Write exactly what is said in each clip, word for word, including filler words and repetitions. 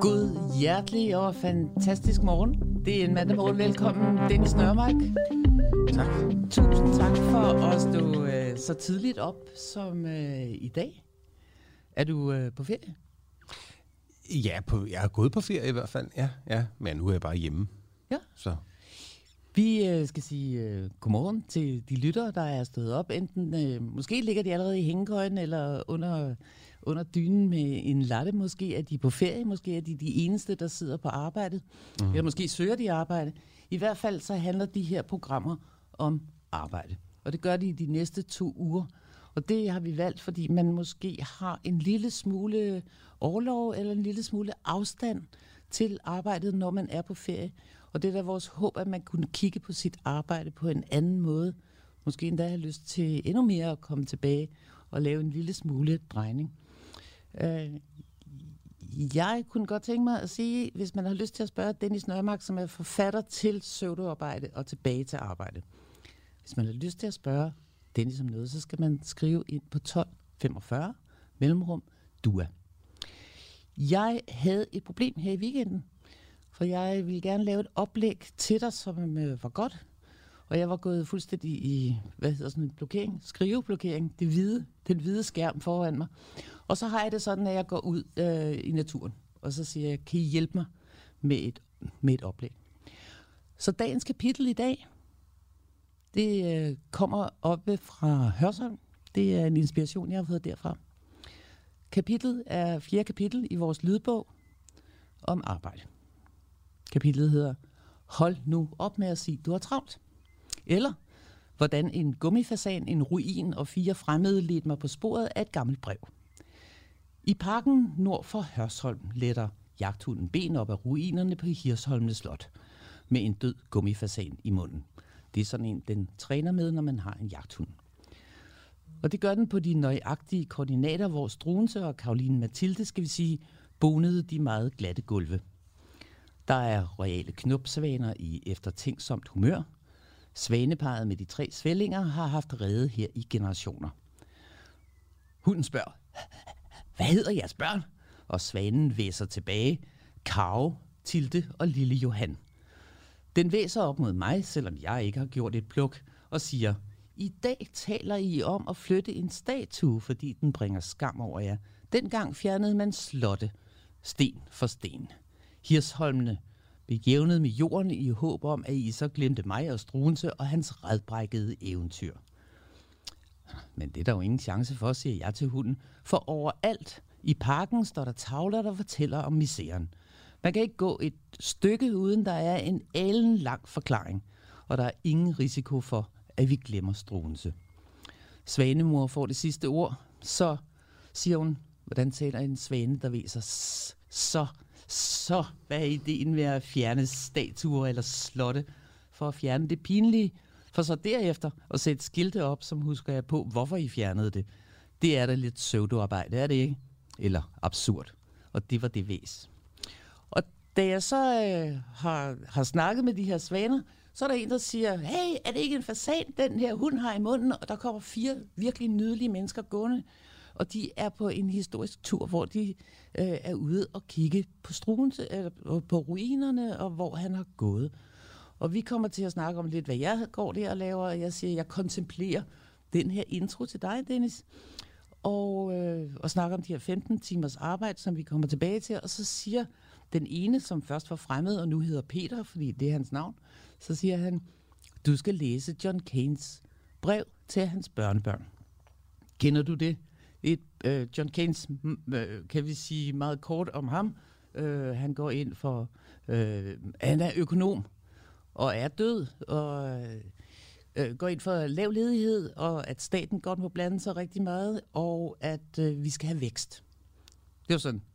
God hjertelig og fantastisk morgen. Det er en mandag morgen. Velkommen, Dennis Nørmark. Tak. Tusind tak for at stå øh, så tidligt op som øh, i dag. Er du øh, på ferie? Ja, på, jeg er gået på ferie i hvert fald, ja. ja. Men nu er jeg bare hjemme. Ja. Så. Vi øh, skal sige øh, godmorgen til de lyttere, der er stået op. Enten, øh, måske ligger de allerede i hængekøjen eller under, under dynen med en latte. Måske er de på ferie, måske er de de eneste, der sidder på arbejdet. Mm. Eller måske søger de arbejde. I hvert fald så handler de her programmer om arbejde. Og det gør de i de næste to uger. Og det har vi valgt, fordi man måske har en lille smule orlov eller en lille smule afstand til arbejdet, når man er på ferie. Og det er da vores håb, at man kunne kigge på sit arbejde på en anden måde. Måske endda have lyst til endnu mere at komme tilbage og lave en lille smule drejning. Jeg kunne godt tænke mig at sige, hvis man har lyst til at spørge Dennis Nørmark, som er forfatter til pseudoarbejde og tilbage til arbejde. Hvis man har lyst til at spørge Dennis om noget, så skal man skrive ind på tolv femogfyrre mellemrum D U A. Jeg havde et problem her i weekenden, for jeg ville gerne lave et oplæg til dig, som øh, var godt. Og jeg var gået fuldstændig i, hvad hedder sådan en blokering, skriveblokering, det hvide, den hvide skærm foran mig. Og så har jeg det sådan, at jeg går ud øh, i naturen, og så siger jeg, kan I hjælpe mig med et, med et oplæg? Så dagens kapitel i dag, det øh, kommer oppe fra Hørsholm. Det er en inspiration, jeg har fået derfra. Kapitlet er fjerde kapitel i vores lydbog om arbejde. Kapitlet hedder, hold nu op med at sige, du har travlt. Eller, hvordan en gummifasan, en ruin og fire fremmede ledte mig på sporet af et gammelt brev. I parken nord for Hørsholm letter jagthunden ben op af ruinerne på Hirsholmene Slot med en død gummifasan i munden. Det er sådan en, den træner med, når man har en jagthund. Og det gør den på de nøjagtige koordinater, hvor Struense og Caroline Mathilde, skal vi sige, bonede de meget glatte gulve. Der er royale knopsvaner i eftertænksomt humør. Svaneparret med de tre svællinger har haft rede her i generationer. Hunden spørger, hvad hedder jeres børn? Og svanen væser tilbage, Karo, Tilde og lille Johan. Den væser op mod mig, selvom jeg ikke har gjort et pluk, og siger, i dag taler I om at flytte en statue, fordi den bringer skam over jer. Dengang fjernede man slotte, sten for sten. Hirsholmene blev jævnet med jorden i håb om, at I så glemte mig og Struense og hans redbrækkede eventyr. Men det er der jo ingen chance for, siger jeg til hunden, for overalt i parken står der tavler, der fortæller om misæren. Man kan ikke gå et stykke, uden der er en alen lang forklaring, og der er ingen risiko for, at vi glemmer Struense. Svanemor får det sidste ord, så siger hun, hvordan taler en svane, der væser så, så, hvad er ideen med at fjerne statuer eller slotte for at fjerne det pinlige, for så derefter at sætte skilte op, som husker jeg på, hvorfor I fjernede det. Det er da lidt pseudoarbejde, er det ikke? Eller absurd. Og det var det væs. Og da jeg så øh, har, har snakket med de her svaner, så er der en, der siger, hey, er det ikke en fasan, den her hund har i munden? Og der kommer fire virkelig nydelige mennesker gående, og de er på en historisk tur, hvor de øh, er ude og kigge på Struense, eller på ruinerne, og hvor han har gået. Og vi kommer til at snakke om lidt, hvad jeg går der og laver, og jeg siger, jeg kontemplerer den her intro til dig, Dennis, og, øh, og snakker om de her femten timers arbejde, som vi kommer tilbage til, og så siger den ene, som først var fremmed, og nu hedder Peter, fordi det er hans navn, så siger han, du skal læse John Keynes brev til hans børnebørn. Kender du det? Et, øh, John Keynes, øh, kan vi sige meget kort om ham. Øh, han går ind for, øh, han er økonom og er død, og øh, går ind for lav ledighed, og at staten godt må blande sig rigtig meget, og at øh, vi skal have vækst. Det var sådan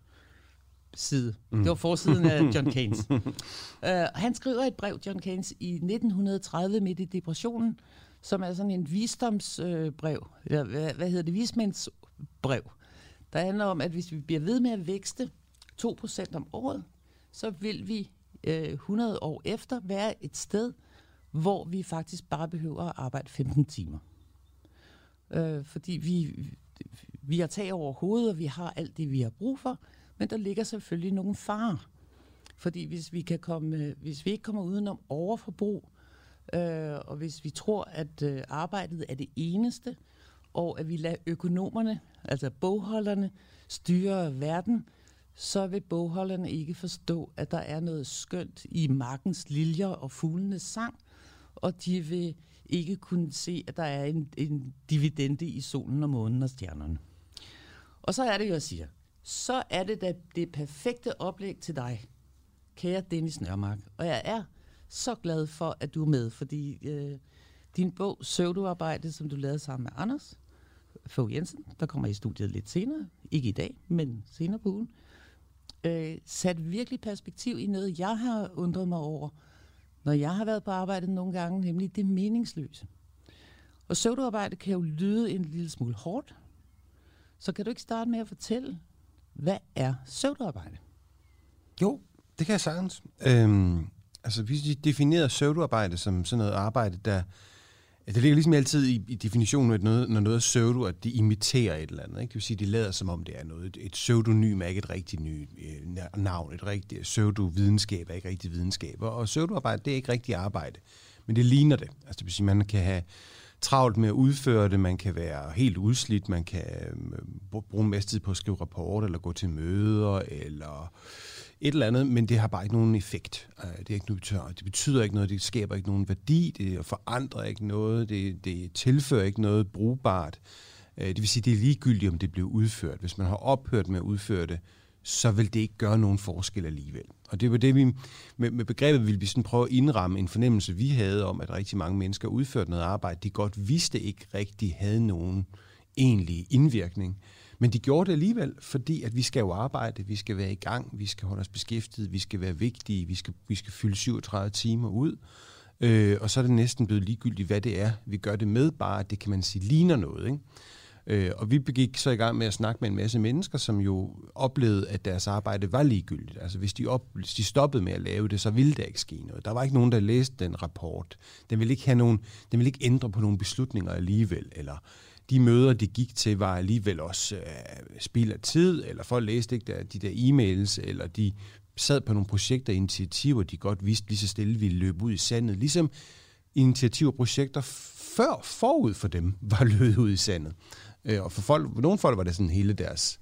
side. Mm. Det var forsiden af John Keynes. uh, han skriver et brev, John Keynes, i nitten tredive midt i depressionen, som er sådan en visdomsbrev, øh, eller hvad, hvad hedder det, vismandsbrev, der handler om, at hvis vi bliver ved med at vækste to procent om året, så vil vi øh, hundrede år efter være et sted, hvor vi faktisk bare behøver at arbejde femten timer. Øh, fordi vi, vi har tag over hovedet, og vi har alt det, vi har brug for, Men der ligger selvfølgelig nogle farer. Fordi hvis vi, kan komme, hvis vi ikke kommer udenom overforbrug, øh, og hvis vi tror, at øh, arbejdet er det eneste, og at vi lader økonomerne, altså bogholderne, styre verden, så vil bogholderne ikke forstå, at der er noget skønt i markens liljer og fuglenes sang, og de vil ikke kunne se, at der er en, en dividende i solen og månen og stjernerne. Og så er det jo, jeg siger, så er det da det perfekte oplæg til dig, kære Dennis Nørmark. Og jeg er så glad for, at du er med, fordi øh, din bog, Pseudoarbejde, som du lavede sammen med Anders Fogh Jensen, der kommer i studiet lidt senere, ikke i dag, men senere på ugen, øh, satte virkelig perspektiv i noget, jeg har undret mig over, når jeg har været på arbejde nogle gange, nemlig det meningsløse. Og pseudoarbejde kan jo lyde en lille smule hårdt, så kan du ikke starte med at fortælle, hvad er pseudoarbejde? Jo, det kan jeg sagtens. Øhm, altså, vi definerer pseudoarbejde som sådan noget arbejde, der... Det ligger ligesom altid i, i definitionen, at noget, når noget er pseudo, at det imiterer et eller andet. Ikke? Det vil sige, at det lader som om, det er noget. Et, et pseudonym er ikke et rigtigt ny, øh, navn. Et rigtigt pseudovidenskab er ikke rigtig videnskab. Og pseudoarbejde, det er ikke rigtigt arbejde. Men det ligner det. Altså, det vil sige, man kan have travlt med at udføre det, man kan være helt udslidt, man kan øh, bruge en masse tid på at skrive rapport, eller gå til møder, eller et eller andet, men det har bare ikke nogen effekt. Det, er ikke noget, det betyder ikke noget, det skaber ikke nogen værdi, det forandrer ikke noget, det, det tilfører ikke noget brugbart. Det vil sige, det er ligegyldigt, om det bliver udført. Hvis man har ophørt med at udføre det, så vil det ikke gøre nogen forskel alligevel. Og det var det, vi med, med begrebet ville vi sådan prøve at indramme en fornemmelse, vi havde om, at rigtig mange mennesker udførte noget arbejde, de godt vidste ikke rigtig havde nogen egentlig indvirkning. Men de gjorde det alligevel, fordi at vi skal jo arbejde, vi skal være i gang, vi skal holde os beskæftiget, vi skal være vigtige, vi skal, vi skal fylde syvogtredive timer ud. Øh, og så er det næsten blevet ligegyldigt, hvad det er. Vi gør det med bare, at det kan man sige ligner noget. Ikke? Øh, og vi begik så i gang med at snakke med en masse mennesker, som jo oplevede, at deres arbejde var ligegyldigt. Altså hvis de, op, hvis de stoppede med at lave det, så ville der ikke ske noget. Der var ikke nogen, der læste den rapport. Den ville ikke, have nogen, den ville ikke ændre på nogle beslutninger alligevel, eller de møder, de gik til, var alligevel også øh, spild af tid, eller folk læste ikke der, de der e-mails, eller de sad på nogle projekter og initiativer, de godt vidste lige så stille ville løbe ud i sandet. Ligesom initiativer og projekter før forud for dem var løbet ud i sandet. Øh, og for folk, nogle folk var det sådan hele deres,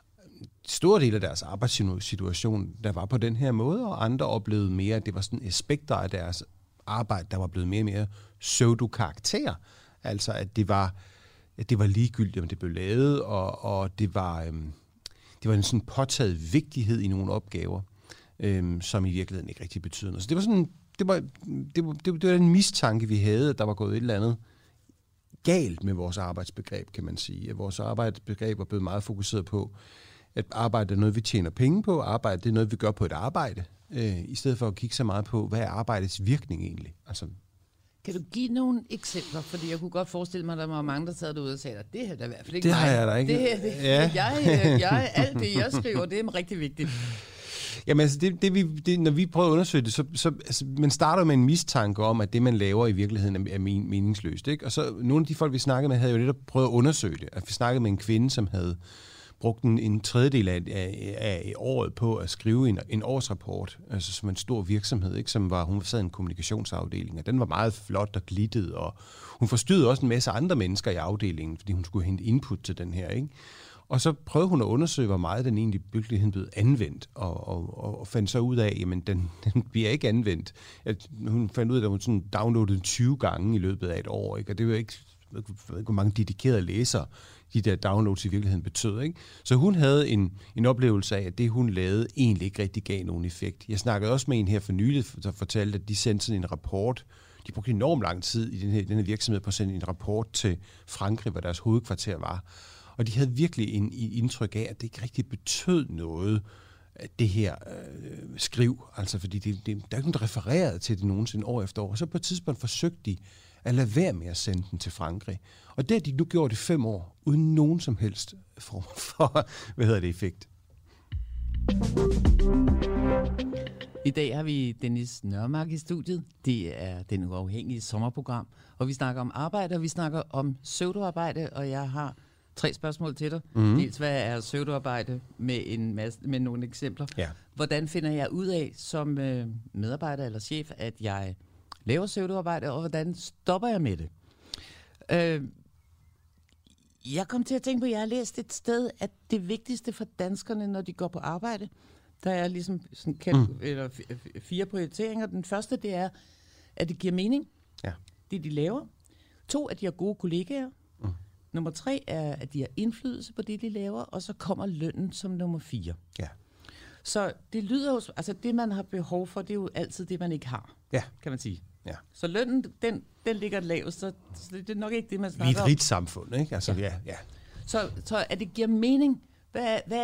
store del af deres arbejdssituation, der var på den her måde, og andre oplevede mere, at det var sådan aspekter af deres arbejde, der var blevet mere og mere pseudo-karakter. Altså at det var at det var ligegyldigt, om det blev lavet, og, og det var øhm, det var en sådan påtaget vigtighed i nogle opgaver, øhm, som i virkeligheden ikke rigtig betyder noget. Så det var sådan, det var, det var, det var, det var en mistanke, vi havde, at der var gået et eller andet galt med vores arbejdsbegreb, kan man sige. At vores arbejdsbegreb var blevet meget fokuseret på, at arbejde er noget, vi tjener penge på, arbejde det er noget, vi gør på et arbejde, øh, i stedet for at kigge så meget på, hvad er arbejdets virkning egentlig? Altså, kan du give nogle eksempler? Fordi jeg kunne godt forestille mig, at der var mange, der sad derude og sagde, at det her er i hvert fald ikke det mig. har jeg da ikke. Det her, det, ja. jeg, jeg, alt det, jeg skriver, det er rigtig vigtigt. Jamen altså, det, det, vi, det, når vi prøver at undersøge det, så, så altså, man starter med en mistanke om, at det, man laver i virkeligheden, er, er meningsløst. Ikke? Og så nogle af de folk, vi snakkede med, havde jo lidt at prøve at undersøge det. At vi snakkede med en kvinde, som havde brugt en, en tredjedel af, af, af året på at skrive en, en årsrapport, altså som en stor virksomhed, ikke? Som var, hun sad i en kommunikationsafdeling, og den var meget flot og glittet, og hun forstyrrede også en masse andre mennesker i afdelingen, fordi hun skulle hente input til den her, ikke? Og så prøvede hun at undersøge, hvor meget den egentlig byggeligheden blev anvendt, og, og, og fandt så ud af, jamen den, den bliver ikke anvendt. At hun fandt ud af, at hun sådan downloadede tyve gange i løbet af et år, ikke? Og det var ikke, jeg ved ikke, hvor mange dedikerede læsere de der downloads i virkeligheden betød, ikke? Så hun havde en, en oplevelse af, at det, hun lavede, egentlig ikke rigtig gav nogen effekt. Jeg snakkede også med en her for nylig, der fortalte, at de sendte sådan en rapport. De brugte enormt lang tid i den her, den her virksomhed på at sende en rapport til Frankrig, hvor deres hovedkvarter var. Og de havde virkelig en, en indtryk af, at det ikke rigtig betød noget, det her øh, skriv. Altså, fordi det, det, der er ikke nogen, der refererede til det nogensinde år efter år. Og så på et tidspunkt forsøgte de at lade være med at sende den til Frankrig. Og det har de nu gjort i fem år, uden nogen som helst form for, hvad hedder det, effekt. I dag har vi Dennis Nørmark i studiet. Det er Den Uafhængige sommerprogram, og vi snakker om arbejde, og vi snakker om pseudoarbejde, og jeg har tre spørgsmål til dig. Mm. Dels, hvad er pseudoarbejde med, en masse, med nogle eksempler? Ja. Hvordan finder jeg ud af som øh, medarbejder eller chef, at jeg laver pseudoarbejde, og hvordan stopper jeg med det? Øh, jeg kom til at tænke på, at jeg har læst et sted, at det vigtigste for danskerne, når de går på arbejde, der er ligesom sådan kalk- mm. eller f- fire prioriteringer. Den første, det er, at det giver mening, Ja. det de laver. To, at de har gode kollegaer. Mm. Nummer tre er, at de har indflydelse på det, de laver. Og så kommer lønnen som nummer fire. Ja. Så det lyder jo, altså det, man har behov for, det er jo altid det, man ikke har, Ja. kan man sige. Ja. Så lønnen, den, den ligger lavest, så, så det er nok ikke det, man Vi er snakker et om. rigt samfund, ikke? Altså, ja. Ja, ja. Så, så at det giver mening, hvad, hvad,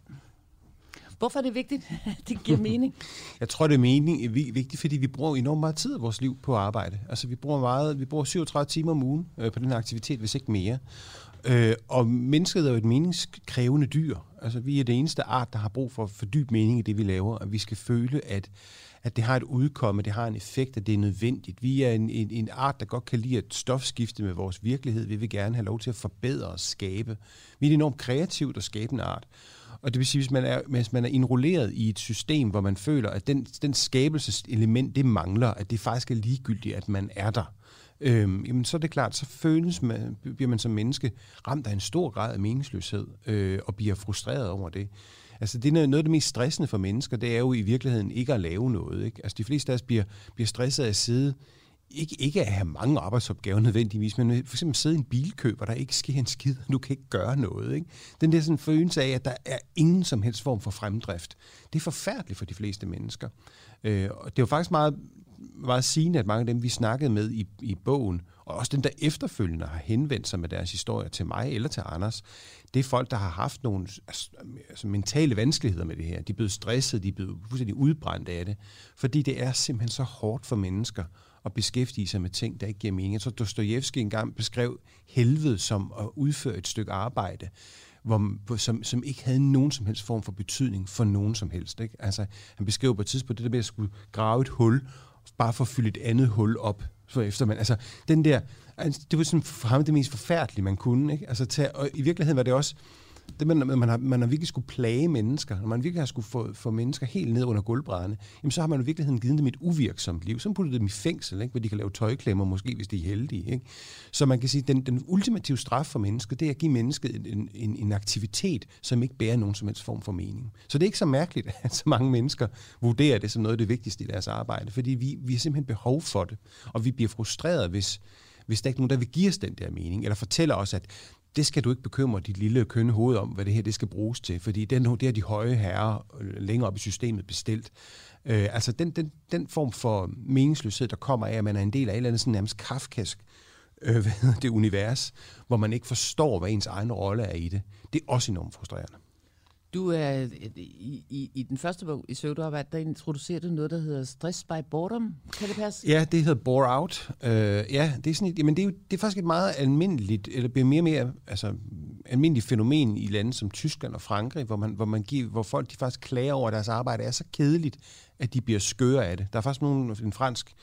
hvorfor er det vigtigt, at det giver mening? Jeg tror, det er mening, vigtigt, fordi vi bruger enormt meget tid af vores liv på arbejde. Altså, vi bruger meget, vi bruger syvogtredive timer om ugen øh, på den her aktivitet, hvis ikke mere. Øh, og mennesket er jo et meningskrævende dyr. Altså, vi er det eneste art, der har brug for fordyb mening i det, vi laver, og vi skal føle, at, at det har et udkomme, det har en effekt, at det er nødvendigt. Vi er en, en, en art, der godt kan lide at stofskifte med vores virkelighed. Vi vil gerne have lov til at forbedre og skabe. Vi er en enormt kreativt og skabende art. Og det vil sige, hvis man er, hvis man er indrulleret i et system, hvor man føler, at den, den skabelseselement, det mangler, at det faktisk er ligegyldigt, at man er der, øhm, jamen så er det klart, så føles man, bliver man som menneske ramt af en stor grad af meningsløshed, øh, og bliver frustreret over det. Altså det er noget af det mest stressende for mennesker, det er jo i virkeligheden ikke at lave noget. Ikke? Altså de fleste af os bliver, bliver stresset af at sidde, Ikke, ikke at have mange arbejdsopgaver nødvendigvis, men for eksempel sidde i en bilkø, hvor der ikke sker en skid, og du kan ikke gøre noget. Ikke? Den der sådan følelse af, at der er ingen som helst form for fremdrift, det er forfærdeligt for de fleste mennesker. Øh, og det var faktisk meget, meget sigende, at mange af dem, vi snakkede med i, i bogen, og også dem, der efterfølgende har henvendt sig med deres historier til mig eller til Anders, det er folk, der har haft nogle altså, mentale vanskeligheder med det her. De er blevet stresset, de er blevet fuldstændig udbrændt af det, fordi det er simpelthen så hårdt for mennesker at beskæftige sig med ting, der ikke giver mening. Jeg tror, Dostojevskij engang beskrev helvede som at udføre et stykke arbejde, hvor, som, som ikke havde nogen som helst form for betydning for nogen som helst. Ikke? Altså, han beskrev på et tidspunkt det der med at skulle grave et hul, bare for at fylde et andet hul op. Så efter man, altså, den der, altså, det var sådan for ham det mest forfærdelige, man kunne. Ikke? Altså, tage, og i virkeligheden var det også, det, man, man, har, man har virkelig skulle plage mennesker, når man virkelig har skulle få, få mennesker helt ned under gulvbrædderne, jamen så har man i virkeligheden givet dem et uvirksomt liv. Så puttet dem i fængsel, ikke? Hvor de kan lave tøjklemmer, måske hvis de er heldige. Ikke? Så man kan sige, at den, den ultimative straf for mennesket, det er at give mennesket en, en, en aktivitet, som ikke bærer nogen som helst form for mening. Så det er ikke så mærkeligt, at så mange mennesker vurderer det som noget af det vigtigste i deres arbejde, fordi vi, vi har simpelthen behov for det, og vi bliver frustreret, hvis, hvis der ikke er nogen, der vil give os den der mening, eller fortæller os, at det skal du ikke bekymre dit lille kønne hoved om, hvad det her det skal bruges til, fordi den, det er de høje herrer længere op i systemet bestilt. Øh, altså den, den, den form for meningsløshed, der kommer af, at man er en del af et eller andet sådan nærmest kafkask øh, hvad hedder det univers, hvor man ikke forstår, hvad ens egen rolle er i det, det er også enormt frustrerende. Du er i, i, i den første bog i pseudoarbejde, der introducerer du noget, der hedder stress by boredom. Kan det passe? Ja, det hedder bore out. Uh, ja, det er sådan et, men det er, jo, det er faktisk et meget almindeligt, eller bliver mere og mere altså, almindeligt fænomen i lande som Tyskland og Frankrig, hvor, man, hvor, man giver, hvor folk de faktisk klager over, at deres arbejde er så kedeligt, at de bliver skøre af det. Der er faktisk nogen, en fransk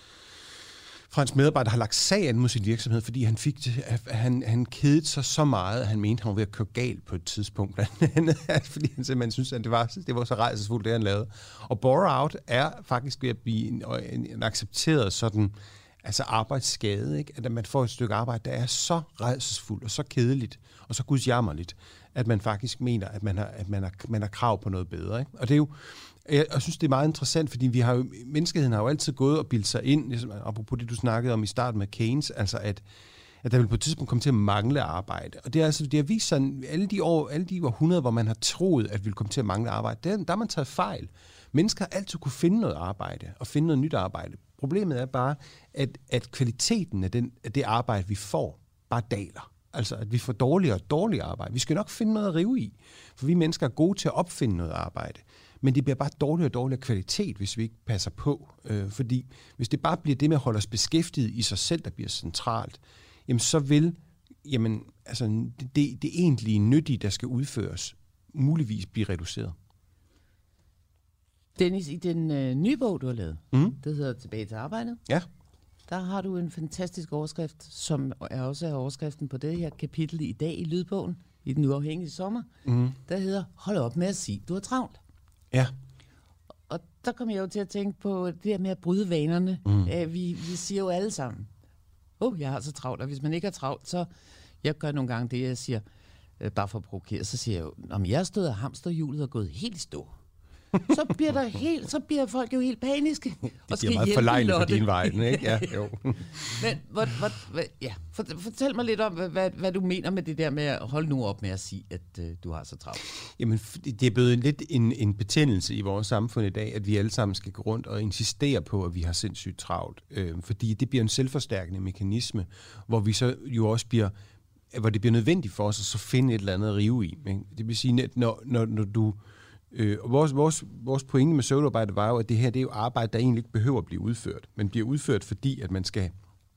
fransk medarbejder, der har lagt sag an mod sin virksomhed, fordi han fik han, han kedede sig så meget, at han mente, han var ved at køre galt på et tidspunkt. Fordi han simpelthen synes, at det var, det var så rejsesfuldt, det han lavede. Og bore out er faktisk ved at blive en, en, en accepteret sådan, altså arbejdsskade, ikke? At man får et stykke arbejde, der er så rejsesfuldt og så kedeligt og så gudsjammerligt, at man faktisk mener, at man har, at man har, man har krav på noget bedre. Ikke? Og det er jo Jeg, jeg synes, det er meget interessant, fordi vi har jo, menneskeheden har jo altid gået og bildt sig ind, ligesom, apropos det, du snakkede om i starten med Keynes, altså at, at der vil på et tidspunkt komme til at mangle arbejde. Og det, er, altså, det har vist sig, alle de år, alle de århundreder, hvor man har troet, at vi vil komme til at mangle arbejde, der, der har man taget fejl. Mennesker har altid kunne finde noget arbejde og finde noget nyt arbejde. Problemet er bare, at, at kvaliteten af, den, af det arbejde, vi får, bare daler. Altså, at vi får dårligere og dårligere arbejde. Vi skal nok finde noget at rive i, for vi mennesker er gode til at opfinde noget arbejde. Men det bliver bare dårligere og dårligere kvalitet, hvis vi ikke passer på. Øh, fordi hvis det bare bliver det med at holde os beskæftiget i sig selv, der bliver centralt, jamen så vil jamen, altså, det, det egentlige nyttige, der skal udføres, muligvis blive reduceret. Dennis, i den øh, nye bog, du har lavet, mm. det hedder Tilbage til arbejdet. Ja. Der har du en fantastisk overskrift, som er også er overskriften på det her kapitel i dag i Lydbogen. i Den Uafhængige sommer, mm. der hedder, hold op med at sige, du er travlt. Ja. Og der kom jeg jo til at tænke på det der med at bryde vanerne. Mm. Uh, vi, vi siger jo alle sammen, åh, oh, jeg har så travlt, og hvis man ikke er travlt, så jeg gør nogle gange det, jeg siger, uh, bare for at provokere, så siger jeg jo, om jeg stod af hamsterhjulet og gået helt i stå, så bliver der helt, så bliver folk jo helt paniske. Det og skal meget forlejende på din vej, ikke? Ja, jo. Men hvor, hvor, hvor, ja, fortæl mig lidt om, hvad, hvad du mener med det der med at holde nu op med at sige, at uh, du har så travlt. Jamen, det er blevet lidt en, en betændelse i vores samfund i dag, at vi alle sammen skal gå rundt og insistere på, at vi har sindssygt travlt. Øh, fordi det bliver en selvforstærkende mekanisme, hvor vi så jo også bliver, hvor det bliver nødvendigt for os at så finde et eller andet at rive i. Ikke? Det vil sige, at når, når, når du Øh, og vores, vores, vores pointe med pseudoarbejde var jo, at det her det er jo arbejde, der egentlig ikke behøver at blive udført. Men bliver udført, fordi at man skal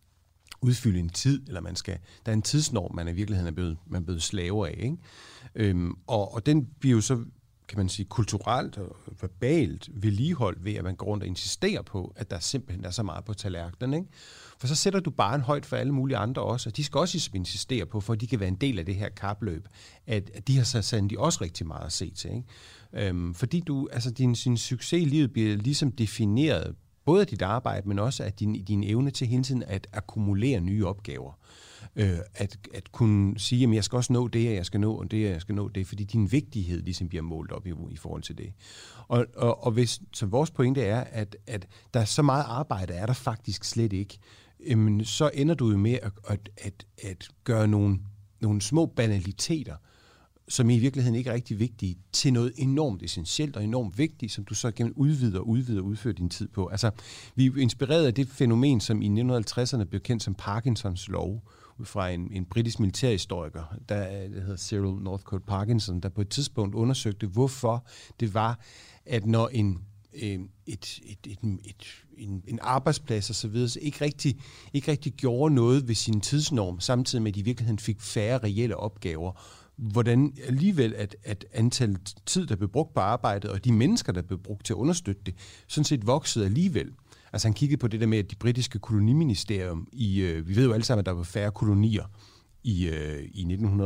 udfylde en tid, eller man skal, der er en tidsnorm, man i virkeligheden er blevet, man er blevet slaver af. Ikke? Øhm, og, og den bliver jo så, kan man sige, kulturelt og verbalt vedligeholdt ved, at man går rundt og insisterer på, at der simpelthen er så meget på tallerkenen. Ikke? For så sætter du bare en højt for alle mulige andre også, og de skal også insistere på, for at de kan være en del af det her kapløb, at, at de har så sandt de også rigtig meget at se til. Ikke? Øhm, fordi du, altså din, sin succes i livet bliver ligesom defineret, både af dit arbejde, men også af din, din evne til hele tiden at akkumulere nye opgaver. Øh, at, at kunne sige, at jeg skal også nå det, jeg skal nå, og det, jeg skal nå det, fordi din vigtighed ligesom bliver målt op i, i forhold til det. Og, og, og hvis, så vores pointe er, at, at der er så meget arbejde, er der faktisk slet ikke, øhm, så ender du jo med at, at, at, at gøre nogle, nogle små banaliteter, som i virkeligheden ikke er rigtig vigtige, til noget enormt essentielt og enormt vigtigt, som du så gennem udvider og udvider og udfører din tid på. Altså, vi er inspireret af det fænomen, som i nitten halvtredserne blev kendt som Parkinsons lov, fra en, en britisk militærhistoriker, der, der hedder Cyril Northcote Parkinson, der på et tidspunkt undersøgte, hvorfor det var, at når en Et, et, et, et, et, en, en arbejdsplads og så videre, så ikke rigtig, ikke rigtig gjorde noget ved sin tidsnorm, samtidig med, at de i virkeligheden fik færre reelle opgaver. Hvordan alligevel, at, at antallet tid, der blev brugt på arbejdet, og de mennesker, der blev brugt til at understøtte det, sådan set voksede alligevel. Altså han kiggede på det der med, at de britiske koloniministerium, i, øh, vi ved jo alle sammen, at der var færre kolonier i, øh, i nitten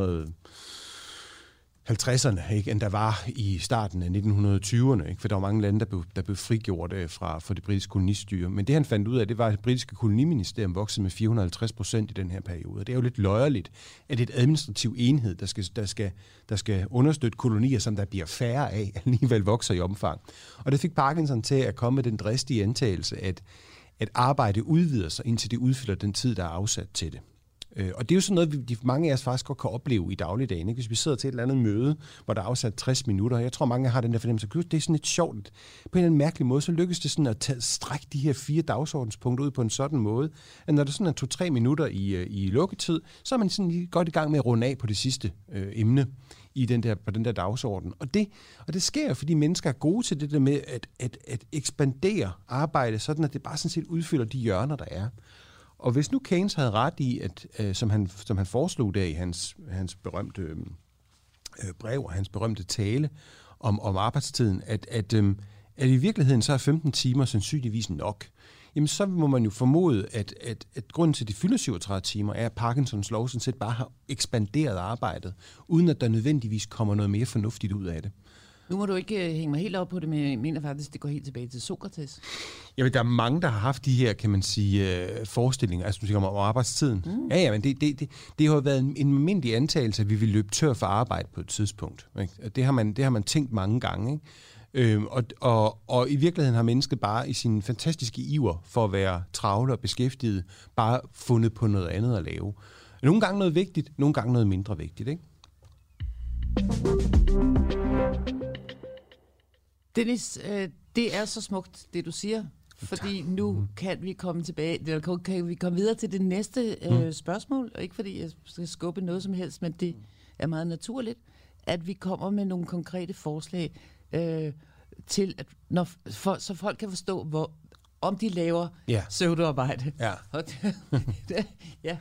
halvtredserne, ikke, end der var i starten af nitten tyverne, ikke? For der var mange lande, der blev, der blev frigjort øh, fra, fra det britiske kolonistyre. Men det han fandt ud af, det var, at det britiske koloniministerium voksede med fire hundrede og halvtreds procent i den her periode. Det er jo lidt løjerligt, at det er et administrativ enhed, der skal, der, skal, der skal understøtte kolonier, som der bliver færre af, alligevel vokser i omfang. Og det fik Parkinson til at komme med den dristige antagelse, at, at arbejde udvider sig, indtil det udfylder den tid, der er afsat til det. Og det er jo sådan noget, vi, de, mange af os faktisk godt kan opleve i dagligdagen. Ikke? Hvis vi sidder til et eller andet møde, hvor der er afsat tres minutter, jeg tror, mange har den der fornemmelse, at det er sådan lidt sjovt. På en eller anden mærkelig måde, så lykkes det sådan at tage, strække de her fire dagsordenspunkter ud på en sådan måde, at når der sådan er to-tre minutter i, i lukketid, så er man sådan lige godt i gang med at runde af på det sidste øh, emne i den der, på den der dagsorden. Og det, og det sker, fordi mennesker er gode til det der med at, at, at ekspandere arbejde, sådan at det bare sådan set udfylder de hjørner, der er. Og hvis nu Keynes havde ret i, at, øh, som, han, som han foreslog der i hans, hans berømte øh, brev og hans berømte tale om, om arbejdstiden, at, at, øh, at i virkeligheden så er femten timer sandsynligvis nok, jamen så må man jo formode, at, at, at grunden til, at de fylder syvogtredive timer, er, at Parkinsons lov sådan set bare har ekspanderet arbejdet, uden at der nødvendigvis kommer noget mere fornuftigt ud af det. Nu må du ikke uh, hænge mig helt op på det, men jeg mener faktisk, det går helt tilbage til Sokrates. Jamen, der er mange, der har haft de her, kan man sige, uh, forestillinger, altså du siger om arbejdstiden. Mm. Ja, ja, men det, det, det, det har jo været en, en almindelig antagelse, at vi vil løbe tør for arbejde på et tidspunkt. Ikke? Det, har man, det har man tænkt mange gange, ikke? Øhm, og, og, og i virkeligheden har mennesket bare i sin fantastiske iver for at være travle og beskæftiget, bare fundet på noget andet at lave. Nogle gange noget vigtigt, nogle gange noget mindre vigtigt, ikke? Dennis, øh, det er så smukt, det du siger, fordi nu kan vi komme tilbage, eller kan vi komme videre til det næste øh, spørgsmål, og ikke fordi jeg skal skubbe noget som helst, men det er meget naturligt, at vi kommer med nogle konkrete forslag øh, til, at når, for, så folk kan forstå, hvor, om de laver ja. pseudoarbejde. Ja. ja.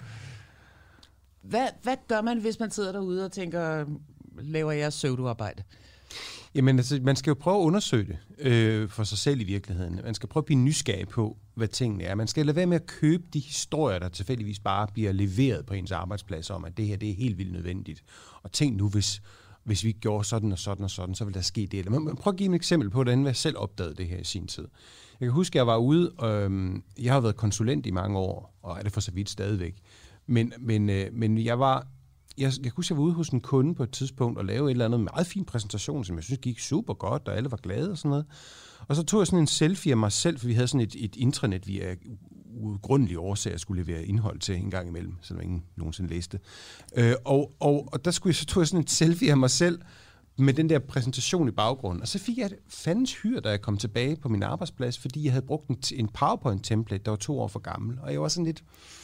Hvad, hvad gør man, hvis man sidder derude og tænker, laver jeg pseudoarbejde? Jamen, altså, man skal jo prøve at undersøge det øh, for sig selv i virkeligheden. Man skal prøve at blive nysgerrig på, hvad tingene er. Man skal lade være med at købe de historier, der tilfældigvis bare bliver leveret på ens arbejdsplads om, at det her det er helt vildt nødvendigt. Og tænk nu, hvis, hvis vi gjorde sådan og sådan og sådan, så vil der ske det. Men, men prøv at give mig et eksempel på, hvordan jeg selv opdagede det her i sin tid. Jeg kan huske, at jeg var ude, øh, jeg har været konsulent i mange år, og er det for så vidt stadigvæk. Men, men, øh, men jeg var... Jeg, jeg kunne huske, jeg var ude hos en kunde på et tidspunkt og lave et eller andet meget fin præsentation, som jeg synes gik super godt, og alle var glade og sådan noget. Og så tog jeg sådan en selfie af mig selv, for vi havde sådan et, et intranet, vi af ugrundelige årsager skulle levere indhold til en gang imellem, selvom ingen nogensinde læste. Øh, og, og, og der skulle jeg, så tog jeg sådan en selfie af mig selv med den der præsentation i baggrunden. Og så fik jeg et fandens hyr, da jeg kom tilbage på min arbejdsplads, fordi jeg havde brugt en, en PowerPoint-template, der var to år for gammel. Og jeg var sådan lidt...